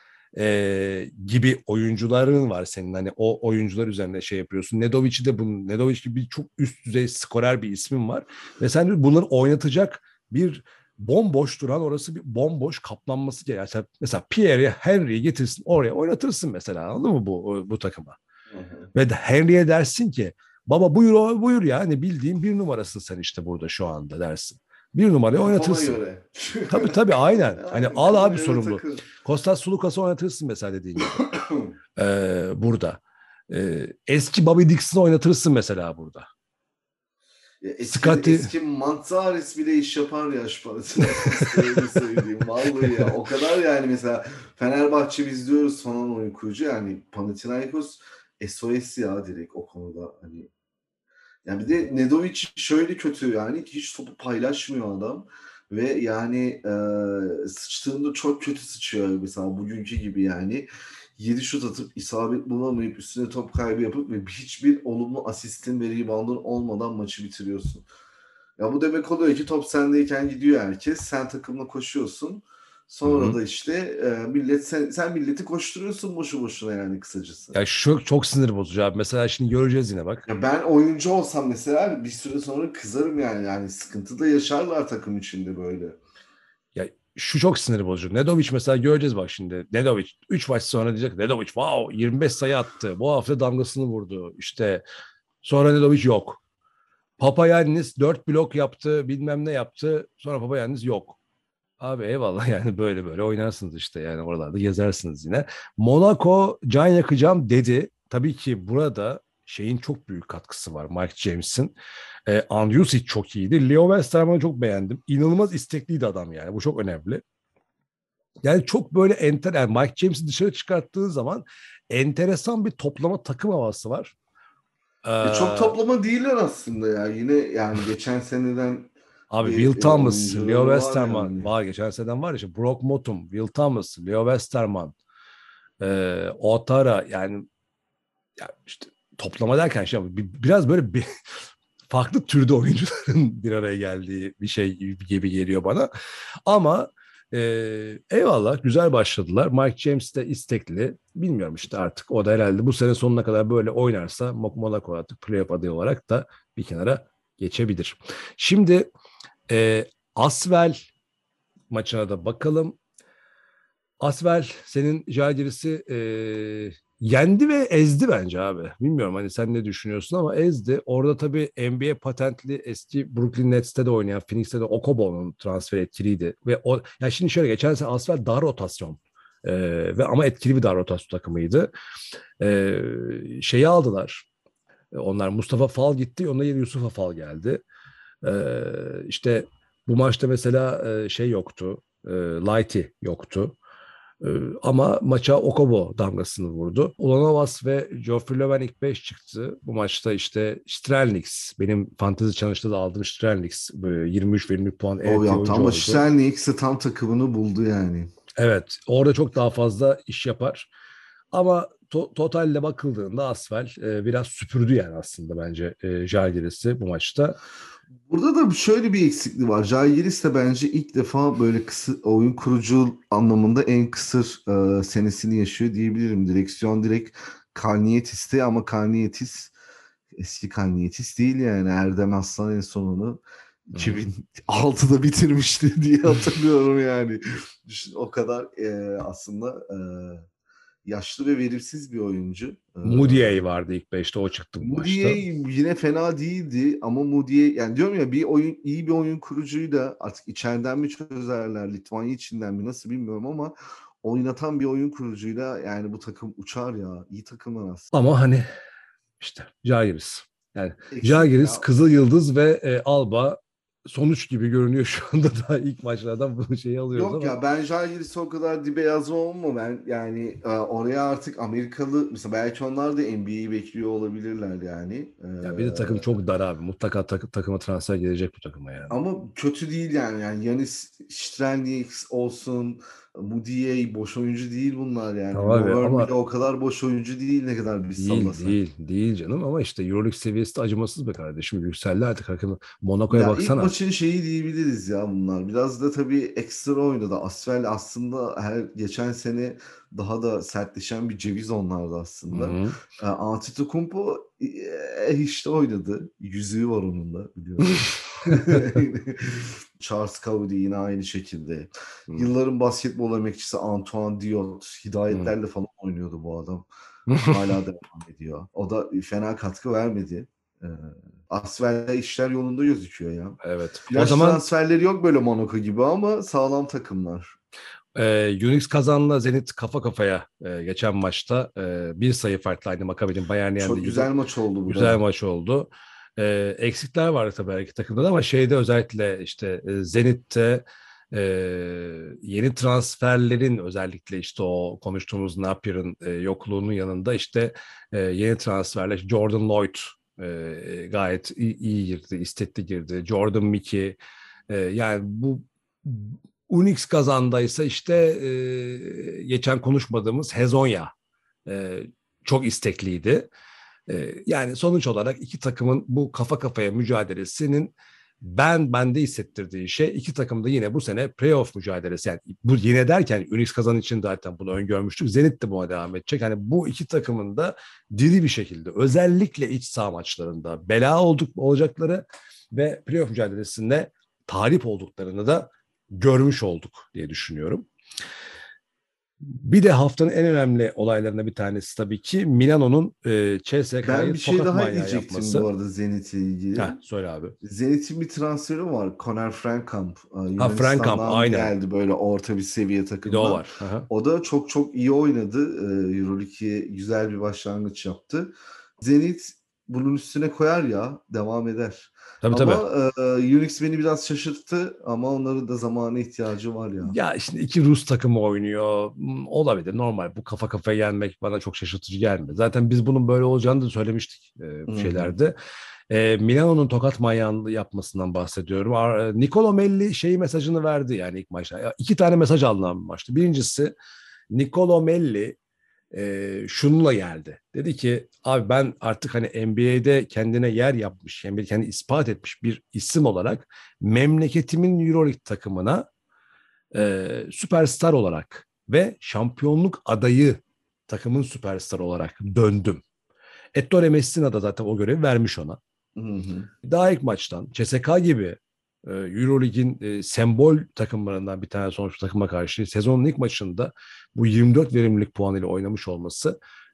e, gibi oyuncuların var senin. Hani o oyuncular üzerinde şey yapıyorsun. Nedovic'i de bunun, Nedovic gibi çok üst düzey skorer bir ismin var. Ve sen bunları oynatacak bir bomboş duran, orası bir bomboş kaplanması gerekiyor. Mesela Pierre Henry'i getirsin oraya oynatırsın mesela, anladın mı bu bu takıma? Hı hı. Ve de Henry'e dersin ki baba buyur buyur ya, hani bildiğin bir numarasın sen işte burada şu anda dersin. Bir numarayı Kafama oynatırsın. göre. Tabii tabii aynen. Hani Yani al kafama abi göre sorumlu. takıl. Kostas Sulukas'ı oynatırsın mesela dediğin gibi. Ee, burada. Ee, eski Bobby Dixon'ı oynatırsın mesela burada. Ya eski, Scotty eski Manzares bile iş yapar ya şu Panathinaikos'ta, öyle söyleyeyim. Vallahi ya o kadar yani, mesela Fenerbahçe biz diyoruz falan oyun kurucu, yani Panathinaikos S O S ya direkt o konuda hani. Yani bir de Nedovic şöyle kötü yani, hiç topu paylaşmıyor adam ve yani e, sıçtığında çok kötü sıçıyor mesela bugünkü gibi yani. yedi şut atıp isabet bulamayıp üstüne top kaybı yapıp ve hiçbir olumlu asistin ve reboundun olmadan maçı bitiriyorsun. Ya bu demek oluyor ki top sendeyken gidiyor herkes. Sen takımla koşuyorsun. Hı Sonra hı. da işte e, millet sen, sen milleti koşturuyorsun boşu boşuna yani, kısacası. Ya şu çok sinir bozucu abi. Mesela şimdi göreceğiz yine bak. Ya ben oyuncu olsam mesela bir süre sonra kızarım yani. Yani sıkıntı da yaşarlar takım içinde böyle. Ya şu çok sinir bozucu. Nedovic mesela göreceğiz bak şimdi. Nedovic üç maç sonra diyecek Nedovic wow yirmi beş sayı attı. Bu hafta damgasını vurdu. İşte sonra Nedovic yok. Papayannis dört blok yaptı, bilmem ne yaptı. Sonra Papayannis yok. Abi eyvallah yani böyle böyle oynarsınız işte, yani oralarda gezersiniz yine. Monaco can yakacağım dedi. Tabii ki burada şeyin çok büyük katkısı var, Mike James'in. E, Andjusic çok iyiydi. Leo Westerman'ı çok beğendim. İnanılmaz istekliydi adam yani. Bu çok önemli. Yani çok böyle enter, yani Mike James'i dışarı çıkarttığın zaman enteresan bir toplama takım havası var. Ee, Ya çok toplama değiller aslında ya. Yine yani geçen seneden Abi Will bir e, Thomas, Leo oyuncuları var Westerman yani. var. Geçen seneden var ya işte Brock Motum, Will Thomas, Leo Westerman, e, Otara, yani ya işte toplama derken şey bir- biraz böyle bir farklı türde oyuncuların bir araya geldiği bir şey gibi geliyor bana. Ama e, eyvallah güzel başladılar. Mike James de istekli. Bilmiyorum işte artık o da herhalde bu sene sonuna kadar böyle oynarsa Monaco artık playoff adayı olarak da bir kenara geçebilir. Şimdi e, Asvel maçına da bakalım. Asvel senin Žalgiris'i e, Yendi ve ezdi bence abi. Bilmiyorum hani sen ne düşünüyorsun ama ezdi. Orada tabii N B A patentli eski Brooklyn Nets'te de oynayan, Phoenix'te de Okobo'nun transfer etkiliydi. Ve o, ya şimdi şöyle geçen sene Asfer dar rotasyon. Ee, ve ama etkili bir dar rotasyon takımıydı. Ee, şeyi aldılar. Onlar Mustafa Fall gitti. Onunla yeni Yusuf Afal geldi. Ee, işte bu maçta mesela e, şey yoktu. E, Lighty yoktu. Ee, ama maça Okobo damgasını vurdu. Ulanovas ve Geoffrey Löwen ilk beş çıktı. Bu maçta işte Strelnieks, benim fantezi çalışta da aldığım Strelnieks yirmi üç verimlilik puan en O iyi yaptı oyuncu ama oldu. Şenli ikisi tam takımını buldu yani. Evet, orada çok daha fazla iş yapar. Ama to- totalle bakıldığında Asvel e, biraz süpürdü yani aslında bence e, Žalgiris'i bu maçta. Burada da şöyle bir eksikliği var. Žalgiris de bence ilk defa böyle kısır, oyun kurucu anlamında en kısır e, senesini yaşıyor diyebilirim. Direksiyon direkt Kalnietis'te ama Kalnietis eski Kalnietis değil yani. Erdem Aslan en sonunu iki bin altıda bitirmişti diye hatırlıyorum yani. Düşün, o kadar e, aslında e, yaşlı ve verimsiz bir oyuncu. E, Mudiay vardı ilk beşte, o çıktı bu maçta. Mudiay yine fena değildi ama Mudiay yani diyorum ya bir oyun iyi bir oyun kurucuyu da artık içeriden mi çözerler, Litvanya içinden mi nasıl bilmiyorum ama oynatan bir oyun kurucuyla yani bu takım uçar ya. İyi takımlar aslında. Ama hani işte Žalgiris. Yani Eksik Žalgiris, ya. Kızıl Yıldız ve e, Alba sonuç gibi görünüyor şu anda da ilk maçlardan bunu şeyi alıyoruz Yok ama. ya ben Žalgiris'i o kadar dibe yazmam ama ben yani e, oraya artık Amerikalı mesela belki onlar da N B A'yi bekliyor olabilirler yani. Ya bir de takım Ee, çok dar abi. Mutlaka tak- takıma transfer gelecek bu takıma yani. Ama kötü değil yani. Yani Yanis Strelnieks olsun, Mudiay boş oyuncu değil bunlar yani. Tamam abi Lovern bile ama o kadar boş oyuncu değil ne kadar biz değil sallasak. değil değil canım, ama işte Euroleague seviyesi de acımasız be kardeşim. Yükseldi artık takım. Monaco'ya Ya ilk baksana. maçın şeyi diyebiliriz ya bunlar. Biraz da tabii ekstra oynadı. Asfel aslında her geçen sene daha da sertleşen bir ceviz onlardı aslında. Hı-hı. E, Antetokounmpo e, işte oynadı. Yüzüğü var onun da biliyorsun. Charles Cowley yine aynı şekilde. Yılların basketbol emekçisi Antoine Diot hidayetlerle falan oynuyordu bu adam. Hala devam ediyor. O da fena katkı vermedi. Ee, Asfer'de işler yolunda gözüküyor ya. Evet. O Flash zaman transferleri yok böyle Monaco gibi ama sağlam takımlar. e, Unix Kazan'la Zenit kafa kafaya e, geçen maçta e, bir sayı farklı, aynı Maccabi'nin Bayern'i yendiği Çok gibi güzel maç oldu bu güzel da. maç oldu. E, eksikler vardı tabii her iki takımda da, ama şeyde özellikle işte e, Zenit'te e, yeni transferlerin, özellikle işte o konuştuğumuz Napier'ın e, yokluğunun yanında işte e, yeni transferler Jordan Lloyd e, gayet iyi, iyi girdi, istekli girdi. Jordan Mickey, e, yani bu Unix kazandaysa işte e, geçen konuşmadığımız Hezonya e, çok istekliydi. E, yani sonuç olarak iki takımın bu kafa kafaya mücadelesinin ben bende hissettirdiği şey, iki takım da yine bu sene playoff mücadelesi. Yani bu yine derken Unix kazan için zaten bunu öngörmüştük. Zenit de buna devam edecek. Yani bu iki takımın da diri bir şekilde özellikle iç saha maçlarında bela olduk, olacakları ve playoff mücadelesinde talip olduklarını da görmüş olduk diye düşünüyorum. Bir de haftanın en önemli olaylarından bir tanesi tabii ki Milano'nun e, Ben bir C S K''yı şey tokat daha manyağı diyecektim bu yapması. arada Zenit'le ilgili. Heh, söyle abi. Zenit'in bir transferi var. Conor Frankamp. Ee, Ha, Frankamp Yunanistan'dan aynen. geldi böyle orta bir seviye Bir de o takımdan. var. Aha. O da çok çok iyi oynadı. Ee, Euroleague'e güzel bir başlangıç yaptı. Zenit bunun üstüne koyar ya devam eder. Tabii tabii. Ama e, Unix beni biraz şaşırttı ama onların da zamana ihtiyacı var ya. Ya şimdi iki Rus takımı oynuyor. Hmm, olabilir, normal. Bu kafa kafaya gelmek bana çok şaşırtıcı gelmedi. Zaten biz bunun böyle olacağını da söylemiştik e, bu Hı hı. şeylerde. E, Milano'nun tokat manyağını yapmasından bahsediyorum. Ar- Nicolo Melli şeyi mesajını verdi yani ilk maçta. Ya, iki tane mesaj alınan bir maçtı. Birincisi, Nicolo Melli e, şununla geldi. Dedi ki abi ben artık hani N B A'de kendine yer yapmış, yani kendi ispat etmiş bir isim olarak memleketimin Euroleague takımına e, süperstar olarak ve şampiyonluk adayı takımın süperstarı olarak döndüm. Ettore Messina da zaten o görevi vermiş ona. Hı hı. Daha ilk maçtan C S K gibi e, Euroleague'in e, sembol takımlarından bir tane sonuç takıma karşı sezonun ilk maçında bu yirmi dört verimlilik puanıyla oynamış olması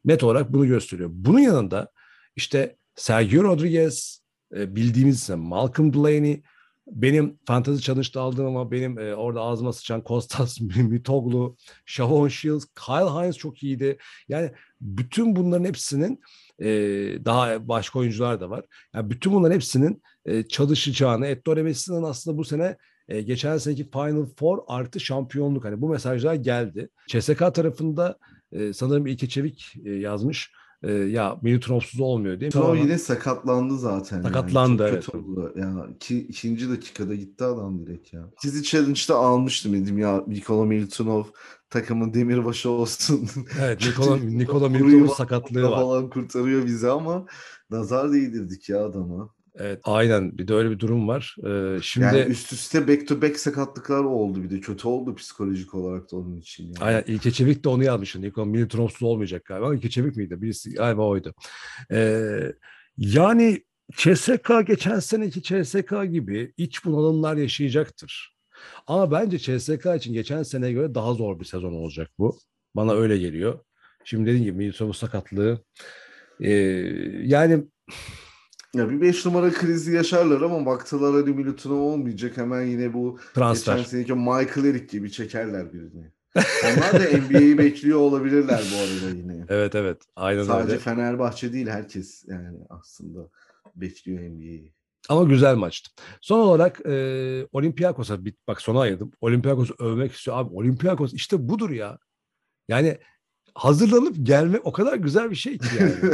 Net olarak bunu gösteriyor. Bunun yanında işte Sergio Rodriguez, e, bildiğimiz isim, Malcolm Delaney, benim Fantasy Challenge'da aldığım ama benim e, orada ağzıma sıçan Kostas Mitoglu, Shavon Shields, Kyle Hines çok iyiydi. Yani bütün bunların hepsinin e, daha başka oyuncular da var. Yani bütün bunların hepsinin e, çalışacağını, Ettore Messina'nın aslında bu sene e, geçen seneki Final Four artı şampiyonluk, hani bu mesajlar geldi. C S K tarafında e, sanırım İlke Çevik e, yazmış. E, ya Milutinov'suz olmuyor değil mi? Tro Tamamen yine sakatlandı zaten yani. sakatlandı, Çok evet. kötü oldu. Yani iki, ikinci dakikada gitti adam direkt ya. Sizi Challenge'da almıştım dedim ya, Nikola Milutinov takımın demirbaşı olsun. Evet, Nikola, Kötü Nikola vuruyor Milutinov'un sakatlığı var. falan, kurtarıyor bizi ama nazar değdirdik ya adama. Evet, aynen, bir de öyle bir durum var. Ee, Yani şimdi üst üste back to back sakatlıklar oldu, bir de kötü oldu psikolojik olarak da onun için yani. aynen İlke Çevik de onu yazmış. Nikola Milutinov'suz olmayacak galiba. İlke Çevik miydi? Birisi galiba oydu. Ee, yani C S K geçen seneki C S K gibi iç bunalımlar yaşayacaktır. Ama bence C S K için geçen seneye göre daha zor bir sezon olacak bu. Bana öyle geliyor. Şimdi dediğim gibi Milutinov'un sakatlığı. Ee, yani Ya bir beş numara krizi yaşarlar ama baktılar hani Milutinov olmayacak, hemen yine bu geçen transfer. seneki Michael Eric gibi çekerler birini. Onlar da N B A'yi bekliyor olabilirler bu arada yine. Evet, evet, aynen Sadece öyle. Fenerbahçe değil, herkes yani aslında bekliyor N B A'yi. Ama güzel maçtı. Son olarak e, Olympiakos'a bir, bak sona ayırdım. Olympiakos'u övmek istiyor. Abi Olympiakos işte budur ya. Yani hazırlanıp gelmek o kadar güzel bir şey ki yani.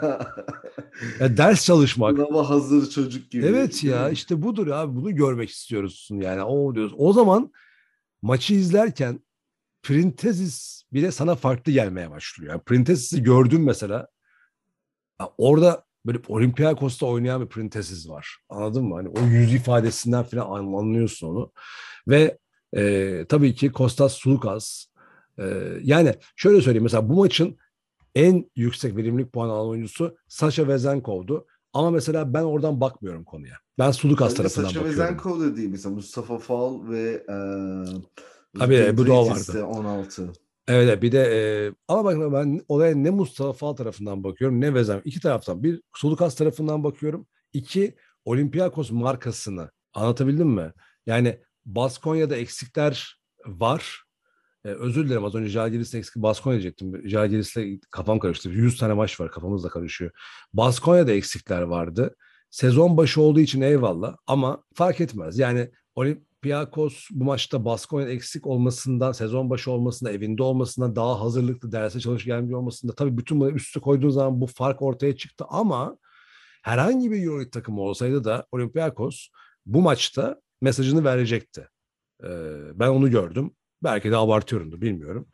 Ya ders çalışmak. Sınava hazır çocuk gibi Evet değil ya, mi? işte budur abi, bunu görmek istiyorsun yani. O diyoruz. O zaman maçı izlerken Printezis bile sana farklı gelmeye başlıyor. Yani Printezis'i gördüm mesela. Ya orada böyle Olympiakos'ta oynayan bir Printezis var. Anladın mı? Hani o yüz ifadesinden falan an- anlıyorsun onu. Ve e, tabii ki Kostas Sulukas. E, yani şöyle söyleyeyim, mesela bu maçın en yüksek verimlilik puanı alan oyuncusu Sasha Vezenkov'du. Ama mesela ben oradan bakmıyorum konuya. Ben Sulukas Sadece tarafından Sacha bakıyorum. Vezenkov da değil, mesela Mustafa Fall ve e, Tabii e, bu da o Giedraitis vardı. de on altı. Evet, evet, bir de e, ama bak ben olaya ne Mustafa Fall tarafından bakıyorum ne Vezen. İki taraftan. Bir Sulukas tarafından bakıyorum. İki Olympiakos markasını. Anlatabildim mi? Yani Baskonya'da eksikler var. E, özür dilerim, az önce Žalgiris'le eksik Baskonya diyecektim. Žalgiris'le kafam karıştı. yüz tane maç var, kafamız da karışıyor. Baskonya'da eksikler vardı. Sezon başı olduğu için eyvallah ama fark etmez. Yani Olympiakos bu maçta Baskonya'nın eksik olmasından, sezon başı olmasından, evinde olmasından, daha hazırlıklı, derse çalış gelmiyor olmasında, tabii bütün bunları üstü koyduğun zaman bu fark ortaya çıktı ama herhangi bir EuroLeague takımı olsaydı da Olympiakos bu maçta mesajını verecekti. Ee, ben onu gördüm. Belki de abartıyorumdur, bilmiyorum.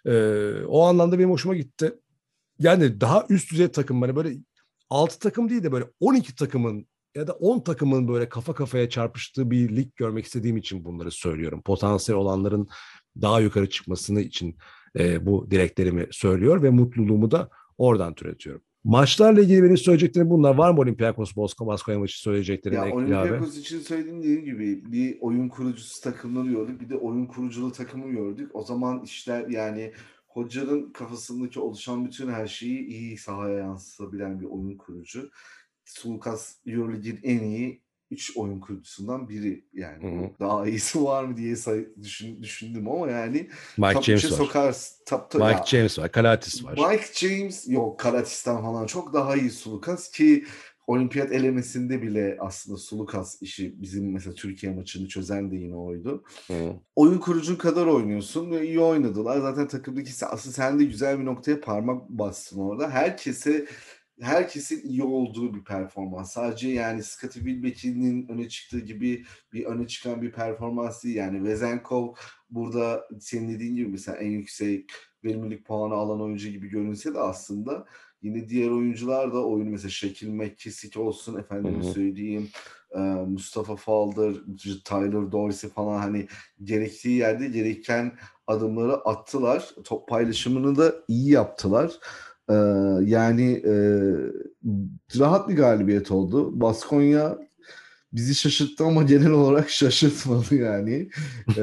Ee, o anlamda benim hoşuma gitti. Yani daha üst düzey takım, hani böyle altı takım değil de böyle on iki takımın ya da on takımın böyle kafa kafaya çarpıştığı bir lig görmek istediğim için bunları söylüyorum. Potansiyel olanların daha yukarı çıkmasını için e, bu dileklerimi söylüyor ve mutluluğumu da oradan türetiyorum. Maçlarla ilgili benim söyleyeceklerim bunlar. Var mı Olympiakos Baskonya maçı söyleyeceklerin Ya ek ilave? Olympiakos için söylediğim dediğim gibi bir oyun kurucusu takımları gördük, bir de oyun kuruculu takımı gördük. O zaman işler yani hocanın kafasındaki oluşan bütün her şeyi iyi sahaya yansıtabilen bir oyun kurucu. Sulukas EuroLeague'in en iyi üç oyun kurucusundan biri yani. Hı hı. Bu daha iyisi var mı diye say- düşün, düşündüm ama yani Mike top üçe James var. sokar. Top, top, Mike ya James var. Kalatis var. Mike James yok, Karatis'ten falan çok daha iyi Sulukas ki olimpiyat elemesinde bile aslında Sulukas işi bizim mesela Türkiye maçını çözen de yine oydu. Hı. Oyun kurucun kadar oynuyorsun ve iyi oynadılar. Zaten takımdaki aslında sen de güzel bir noktaya parmak bastın orada. Herkese herkesin iyi olduğu bir performans. Sadece yani Scottie Wilbeck'in öne çıktığı gibi bir öne çıkan bir performans değil. Yani Vezenkov burada senin dediğin gibi mesela en yüksek verimlilik puanı alan oyuncu gibi görünse de aslında yine diğer oyuncular da oyunu mesela Shaquille McKissick olsun, efendime Hı hı. söyleyeyim Mustafa Fall'dır, Tyler Dorsey falan, hani gerektiği yerde gereken adımları attılar. Top paylaşımını da iyi yaptılar. Ee, yani e, rahat bir galibiyet oldu. Baskonya bizi şaşırttı ama genel olarak şaşırtmadı yani.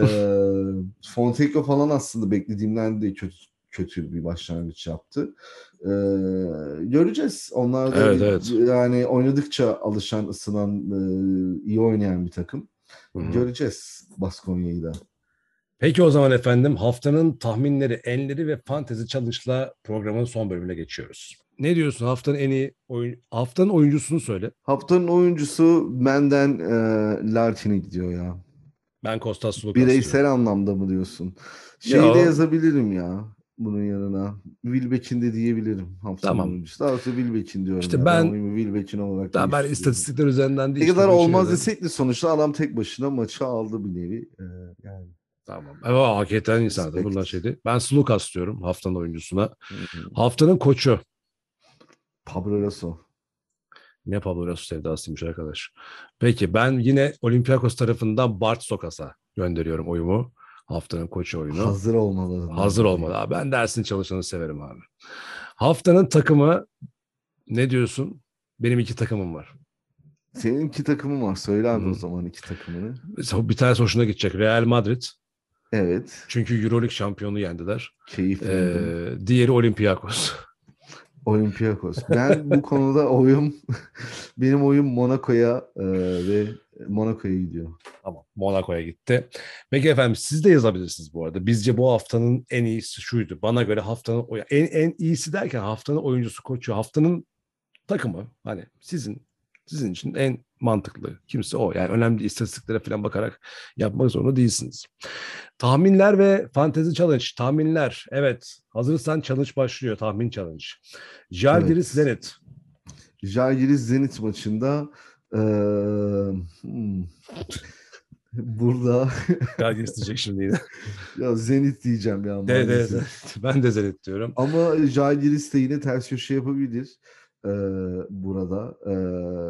Ee, Fontecchio falan aslında beklediğimden de kötü kötü bir başlangıç yaptı. Ee, göreceğiz. Onlar da Evet, bir- evet. yani oynadıkça alışan, ısınan, e, iyi oynayan bir takım. Hı hı. Göreceğiz Baskonya'yı da. Peki o zaman efendim haftanın tahminleri, enleri ve fantezi challenge'la programın son bölümüne geçiyoruz. Ne diyorsun? Haftanın en iyi oyun haftanın oyuncusunu söyle. Haftanın oyuncusu benden e, Larkin'e gidiyor ya. Ben Kostas Sulukas diyorum. Bireysel anlamda mı diyorsun? Şeyi de Ya yazabilirim ya bunun yanına. Wilbeck'in de diyebilirim haftanın tamam. oyuncusu. Daha doğrusu Wilbeck'in diyorum İşte ya. Ben ben oyumu Wilbeck'in olarak daha ben değiştiriyorum. istatistikler üzerinden değil Ne işte kadar bu olmaz içeriden. desek de sonuçta adam tek başına maçı aldı bir nevi. Ee, yani Tamam. Evet, hakikaten insandır. Bunlar respect. şeydi. Ben Sulukas diyorum haftanın oyuncusuna. Hı hı. Haftanın koçu. Pablo Lasso. Ne Pablo Lasso sevdasıymış arkadaş. Peki ben yine Olympiakos tarafından Bart Stokas'a gönderiyorum oyumu. Haftanın koçu oyunu. Hazır olmalarından Hazır dolayı. olmalı abi. Ben dersin çalışanı severim abi. Haftanın takımı ne diyorsun? Benim iki takımım var. Senin iki takımın var. Söyle Hı abi o hı. zaman iki takımını. Mesela bir tanesi hoşuna gidecek. Real Madrid. Evet. Çünkü Euroleague şampiyonu yendiler. Keyiflendim. Ee, diğeri Olympiakos. Olympiakos. Ben bu konuda oyum benim oyum Monaco'ya e, ve Monaco'ya gidiyor. Tamam. Monaco'ya gitti. Peki efendim siz de yazabilirsiniz bu arada. Bizce bu haftanın en iyisi şuydu. Bana göre haftanın oy- en, en iyisi derken haftanın oyuncusu, koçu, haftanın takımı. Hani sizin sizin için en mantıklı kimse o. Yani önemli istatistiklere falan bakarak yapmak zorunda değilsiniz. Tahminler ve fantezi challenge. Tahminler. Evet. Hazırsan challenge başlıyor. Tahmin challenge. Žalgiris Evet. Zenit. Žalgiris Zenit maçında e, hmm, burada Žalgiris diyecek şimdi yine. ya Zenit diyeceğim ya De, de, de. maalesef. Ben de Zenit diyorum. Ama Žalgiris de yine ters köşe yapabilir e, burada. E,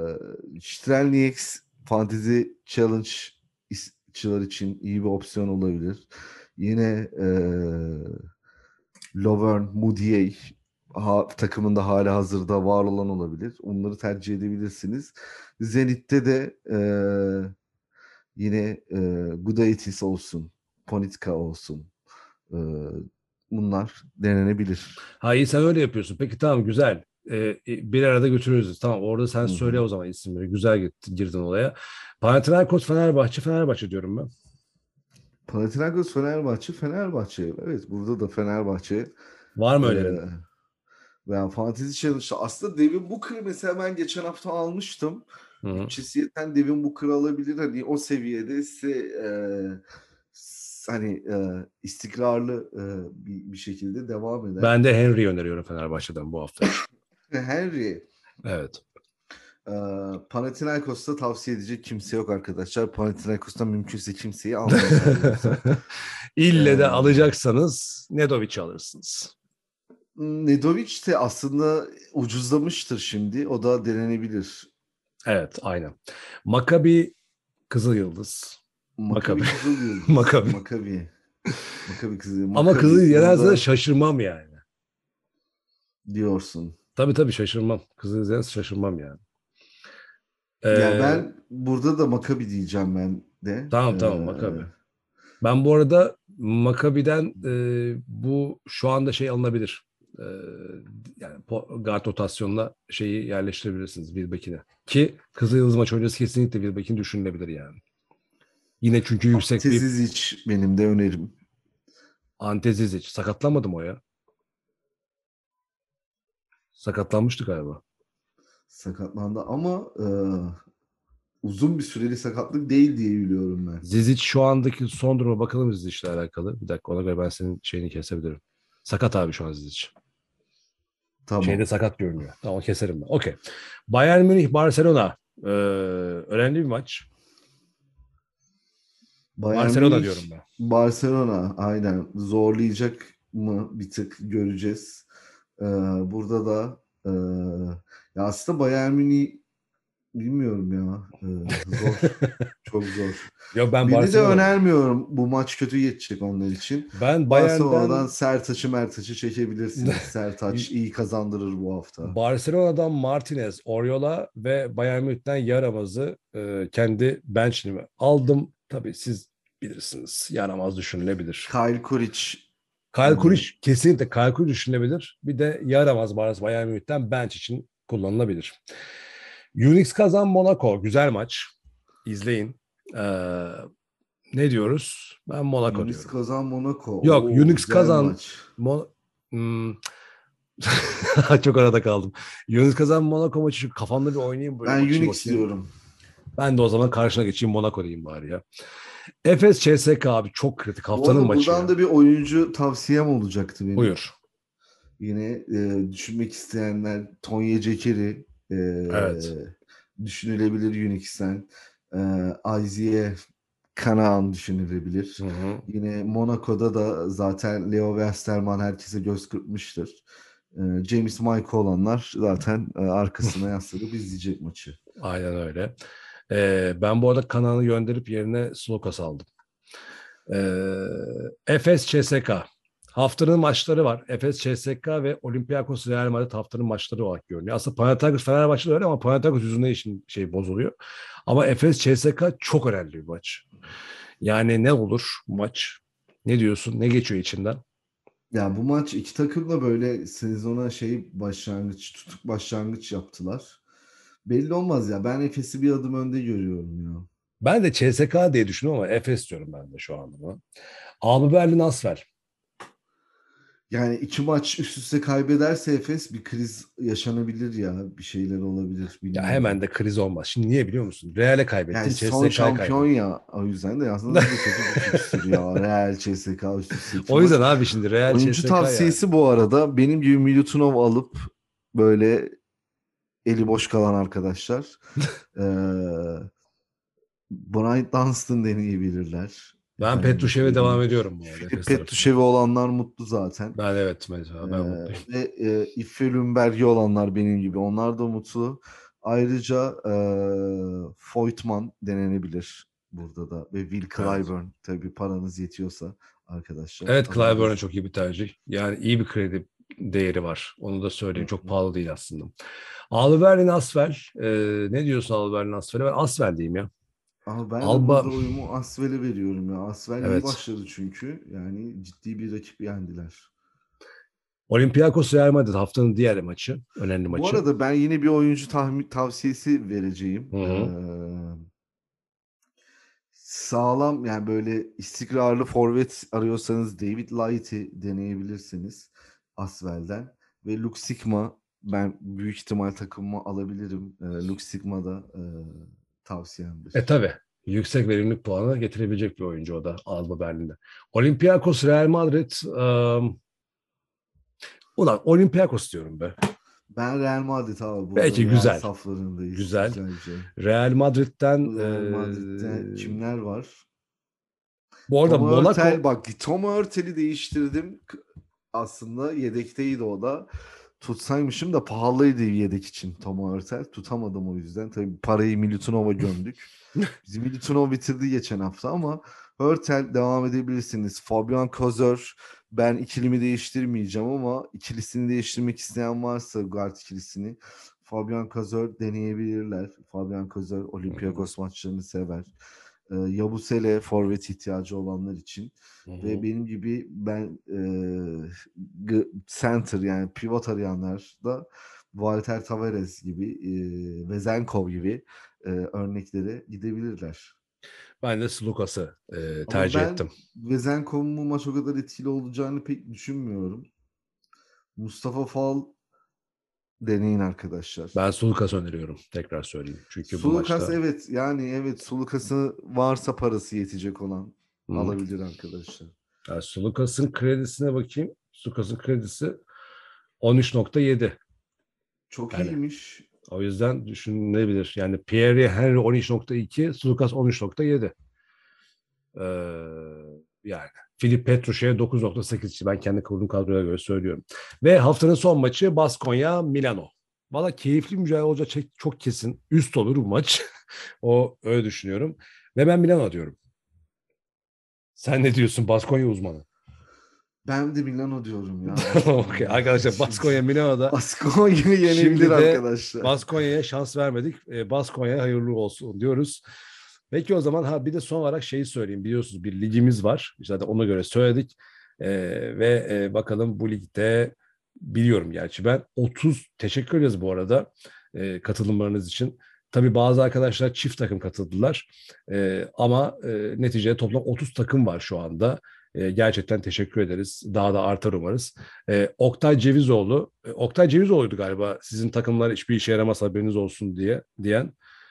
Strelnieks Fantasy Challenge işçiler için iyi bir opsiyon olabilir. Yine e, Lovern, Mudiay ha, takımında hala hazırda var olan olabilir. Onları tercih edebilirsiniz. Zenit'te de e, yine e, Gudaitis olsun, Ponitka olsun. E, bunlar denenebilir. Ha iyi sen öyle yapıyorsun. Peki tamam güzel. Ee, bir arada götürürüz. Tamam orada sen Hı söyle hı. o zaman isimleri. Güzel gittin, girdin olaya. Panathinaikos Fenerbahçe Fenerbahçe diyorum ben. Panathinaikos Fenerbahçe, Fenerbahçe. Evet burada da Fenerbahçe. Var mı E, önerin? veya Fantasy Challenge'da aslında Devin Booker'ı mesela ben geçen hafta almıştım. Hı hı. Bütçesi yeten Devin Booker alabilir. Hani o seviyede size e, s- hani e, istikrarlı e, bir, bir şekilde devam eden Ben de Henry öneriyorum Fenerbahçe'den bu hafta için. Henry. Evet. e, Panathinaikos'ta tavsiye edecek kimse yok arkadaşlar. Panathinaikos'tan mümkünse kimseyi almayın eğer yoksa. E, İlle de alacaksanız Nedovic'i alırsınız. Nedovic de aslında ucuzlamıştır şimdi. O da denenebilir. Evet aynen. Maccabi Kızıl Yıldız. Maccabi Maccabi. Kızıl Yıldız. Maccabi. Maccabi. Maccabi Kızıl Ama Kızıl Maccabi yenerse de burada şaşırmam yani. diyorsun. Tabii tabii şaşırmam. Kızıl yenerse şaşırmam yani. Yani Ee, ben burada da Maccabi diyeceğim ben de. tamam tamam Ee, Maccabi. Ben bu arada Maccabi'den e, bu şu anda şey alınabilir. E, yani po- guard rotasyonuna şeyi yerleştirebilirsiniz Wilbeck'ine. Ki Kızıl Yıldız maç öncesi kesinlikle Wilbeck'in düşünülebilir yani. Yine çünkü yüksek bir Tezizic benim de önerim. Ante Zizic. Sakatlanmadı mı o ya? Sakatlanmıştı galiba. Sakatlandı ama e, uzun bir süreli sakatlık değil diye biliyorum ben. Zizic şu andaki son duruma bakalım Zizic'le alakalı. Bir dakika ona göre ben senin şeyini kesebilirim. Sakat abi şu an Zizic. Şeyde Tamam. sakat görünüyor. Tamam keserim ben. Okey. Bayern Münih Barcelona. Ee, önemli bir maç. Bayern Barcelona Münih, diyorum ben. Barcelona aynen zorlayacak mı bir tık göreceğiz. Ee, burada da e, ya aslında Bayern Münih bilmiyorum ya. Ee, zor. Çok zor. Yok ben Birini de Barcelona diyorum. önermiyorum. Bu maç kötü geçecek onlar için. Ben Barcelona'dan Bayern'den Sertaç'ı Mertaç'ı çekebilirsiniz. Sertaç iyi kazandırır bu hafta. Barcelona'dan Martinez, Oriola ve Bayern Münih'ten Yaramaz'ı e, kendi bench'ime aldım. Tabii siz bilirsiniz. Yaramaz düşünülebilir. Kyle Kuric Kyle Yani, Kuric kesinlikle Kyle Kuric düşünülebilir. Bir de yaramaz Barnes Bayern Münih'ten bench için kullanılabilir. Unix Kazan Monaco. Güzel maç. İzleyin. Ee, ne diyoruz? Ben Monaco Yunus diyorum. Kazan Monaco. Yok, Oo, Unix güzel Kazan maç. Mon hmm. Çok arada kaldım. Yunus Kazan Monaco maçı şu kafamda bir oynayayım böyle Ben maçı Unix bakayım. diyorum. Ben de o zaman karşına geçeyim Monaco diyeyim bari ya. Efes C S K abi çok kritik Bu haftanın arada maçı buradan ya. da bir oyuncu tavsiyem olacaktı benim. Buyur. Yine e, düşünmek isteyenler Tonya Cekeri e, Evet. düşünülebilir Unix'ten. E, Isaiah Kanaan düşünülebilir. Hı hı. Yine Monaco'da da zaten Leo Westerman herkese göz kırpmıştır. E, James Michael olanlar zaten e, arkasına yaslanıp izleyecek maçı. Aynen öyle. Ee, ben bu arada Kanan'ı gönderip yerine Slokas aldım. Ee, Efes C S K. Haftanın maçları var. Efes C S K ve Olympiakos Real Madrid haftanın maçları olarak görünüyor. Aslında Panathinaikos Fenerbahçe'de öyle ama Panathinaikos yüzünden işin şey bozuluyor. Ama Efes C S K çok önemli bir maç. Yani ne olur maç? Ne diyorsun? Ne geçiyor içinden? Ya bu maç iki takım da böyle sezona şey başlangıç, tutuk başlangıç yaptılar. Belli olmaz ya. Ben Efes'i bir adım önde görüyorum ya. Ben de C S K diye düşünüyorum ama Efes diyorum ben de şu anda. Alba Berlin Asfer. Yani iki maç üst üste kaybederse Efes bir kriz yaşanabilir ya. Bir şeyler olabilir Ya hemen bilmiyorum. de kriz olmaz. Şimdi niye biliyor musun? Real'e Yani kaybettin, son C S K'ya şampiyon kaybettin. ya. O yüzden de aslında da kötü bir fikstür ya. Real C S K üst üste iki O maç. yüzden abi şimdi Real Oyuncu C S K yani. tavsiyesi bu arada benim gibi Milutinov alıp böyle eli boş kalan arkadaşlar. Ee, Brian Dunstan deneyebilirler. Ben Efendime Petrushev'e devam söyleyeyim. ediyorum bu arada Filip Efes tarafında. Petrushev olanlar mutlu zaten. Ben evet Ee, mesela ben mutluyum. ve e, Iffe Lundberg'i olanlar benim gibi. Onlar da mutlu. Ayrıca e, Voigtman denenebilir burada da. Ve Will Evet. Clyburn. Tabii paranız yetiyorsa arkadaşlar Evet, Clyburn'a alabilirsiniz. çok iyi bir tercih. Yani iyi bir kredi değeri var. Onu da Hı söyleyeyim. Çok hı. pahalı değil aslında. Alba Berlin Asfer. Ee, ne diyorsun Alba Berlin Asfer'e? Ben Asfer diyeyim ya. Ama ben de Alba burada oyumu Asvel'e veriyorum ya. Asvel iyi evet. başladı çünkü. Yani ciddi bir rakip yendiler. Olympiakos Real Madrid haftanın diğer maçı. Önemli Bu maçı. arada ben yine bir oyuncu tahmin tavsiyesi vereceğim. Hı Ee, hı. sağlam yani böyle istikrarlı forvet arıyorsanız David Light'i deneyebilirsiniz Asvel'den. Ve Luke Sigma ben büyük ihtimal takımıma alabilirim. Ee, Luke Sigma da e, E tavsiyemdir. tabi. Yüksek verimlilik puanı getirebilecek bir oyuncu o da Alba Berlin'de. Olympiakos Real Madrid. Um, ulan Olympiakos diyorum be. Ben Real Madrid abi burada Belki Real güzel. saflarındayız. Güzel. Güzel güzel. Real Madrid'den Real Madrid'de eee, kimler var? bu arada Tom Hurtel Monaco bak Tom Hurtel'i değiştirdim. K- Aslında yedekteydi o da. Tutsaymışım da pahalıydı yedek için Tom Hurtel. Tutamadım o yüzden. Tabii parayı Milutinov'a gömdük. Bizim Milutinov bitirdi geçen hafta ama Hurtel devam edebilirsiniz. Fabian Kozor ben ikilimi değiştirmeyeceğim ama ikilisini değiştirmek isteyen varsa guard ikilisini Fabian Kozor deneyebilirler. Fabian Kozor Olympiakos maçlarını sever. Ee, Yabusele forvet ihtiyacı olanlar için Hı ve hı. benim gibi ben e, g- center yani pivot arayanlar da Walter Tavares gibi e, Vezenkov gibi e, örneklere gidebilirler. Ben de Slukas'ı eee, Ama tercih ben ettim. Vezenkov'un bu maç o kadar etkili olacağını pek düşünmüyorum. Mustafa Fall deneyin arkadaşlar. Ben Sulukas öneriyorum. Tekrar söyleyeyim. Çünkü bu Sulukas maçta evet yani evet Sulukas'ı varsa parası yetecek olan hı. alabilir arkadaşlar. Yani Sulukas'ın kredisine bakayım. Sulukas'ın kredisi on üç nokta yedi. Çok Yani iyiymiş. o yüzden düşünülebilir. Yani Pierre Henry on üç nokta iki, Sulukas on üç nokta yedi. Ee, yani Filip Petrushev dokuz nokta sekiz. Ben kendi kurduğum kadroya göre söylüyorum. Ve haftanın son maçı Baskonya Milano. Valla keyifli mücadele olacak çok, çok kesin. Üst olur bu maç. O öyle düşünüyorum. Ve ben Milano diyorum. Sen ne diyorsun Baskonya uzmanı? Ben de Milano diyorum ya Okey. Baskonya. Arkadaşlar Şimdi Baskonya Milano'da Baskonya yenebilir şimdi de arkadaşlar. Baskonya'ya şans vermedik. E, Baskonya'ya hayırlı olsun diyoruz. Peki o zaman ha bir de son olarak şeyi söyleyeyim. Biliyorsunuz bir ligimiz var. Zaten ona göre söyledik. E, ve e, bakalım bu ligde biliyorum gerçi ben otuz teşekkür ederiz bu arada e, katılımlarınız için. Tabii bazı arkadaşlar çift takım katıldılar. E, ama e, neticede toplam otuz takım var şu anda. E, gerçekten teşekkür ederiz. Daha da artar umarız. E, Oktay Cevizoğlu, e, Oktay Cevizoğlu'ydu galiba sizin takımlar hiçbir işe yaramaz haberiniz olsun diye diyen.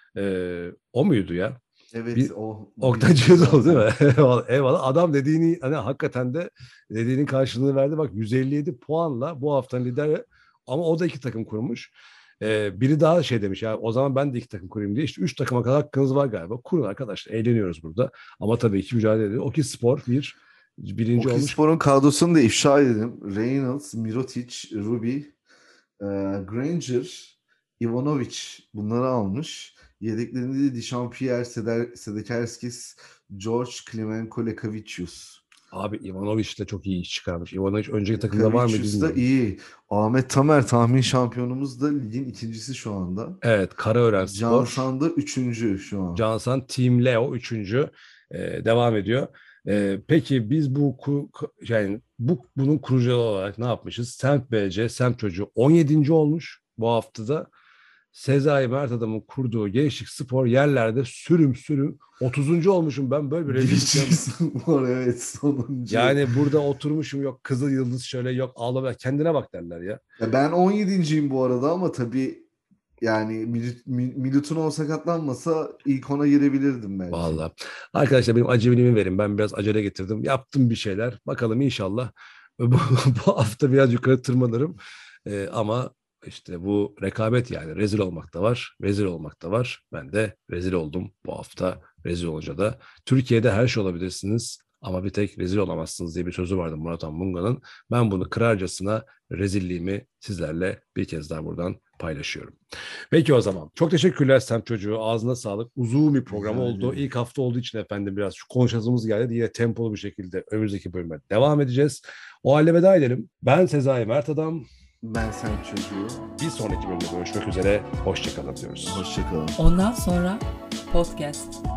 E, o muydu ya? Evet Bir, o. Oktay Cevizoğlu değil mi? Eyvallah, eyvallah. Adam dediğini hani hakikaten de dediğinin karşılığını verdi. Bak yüz elli yedi puanla bu haftanın lideri ama o da iki takım kurmuş. Ee, biri daha şey demiş ya o zaman ben de iki takım kurayım diye. İşte üç takıma kadar hakkınız var galiba. Kurun arkadaşlar eğleniyoruz burada. Ama tabii ki mücadele ediyor. Oki Spor bir birinci olmuş. Okispor'un kadrosunu da ifşa edelim. Reynolds, Mirotic, Ruby, e, Granger, Ivanovic bunları almış. Yedeklerinde de Dechampierre, Seder, Sedekerskis, George Klimenko, Lekavicius. Abi Ivanovic de çok iyi iş çıkarmış. Ivanovic önceki takımda var mı Lekavicius da bilmiyorum. iyi. Ahmet Tamer tahmin şampiyonumuz da ligin ikincisi şu anda. Evet Karaören Spor. Cansan da üçüncü şu an. Cansan Team Leo üçüncü. Ee, devam ediyor. Ee, peki biz bu yani bu bunun kurucuları olarak ne yapmışız? Semt B C, Semt Çocuğu on yedinci olmuş bu haftada. Sezai Mert Adam'ın kurduğu Gençlik Spor yerlerde sürüm sürüm otuzuncu olmuşum ben böyle bir rezillik var evet sonuncu. Yani burada oturmuşum yok Kızıl Yıldız şöyle yok ağlama kendine bak derler ya. ya ben on yedinciyim bu arada ama tabii yani Milutinov sakatlanmasa ilk ona girebilirdim belki. Vallahi. Arkadaşlar benim acemiliğimi verin. Ben biraz acele getirdim. Yaptım bir şeyler. Bakalım inşallah bu, bu hafta biraz yukarı tırmanırım. Ee, ama işte bu rekabet yani. Rezil olmak da var. Rezil olmak da var. Ben de rezil oldum bu hafta. Rezil olunca da. Türkiye'de her şey olabilirsiniz. Ama bir tek rezil olamazsınız diye bir sözü vardı Murat Anmunga'nın. Ben bunu kırarcasına rezilliğimi sizlerle bir kez daha buradan paylaşıyorum. Peki o zaman. Çok teşekkürler Semt Çocuğu. Ağzına sağlık. Uzun bir program Rica oldu. ederim. İlk hafta olduğu için efendim biraz şu konuşasımız geldi. Yine tempolu bir şekilde önümüzdeki bölüme devam edeceğiz. O halde veda edelim. Ben Sezai Mert Adam. Ben Semt Çocuğu. Bir sonraki bölümde görüşmek üzere. Hoşçakalın diyoruz. Hoşçakalın. Ondan sonra podcast.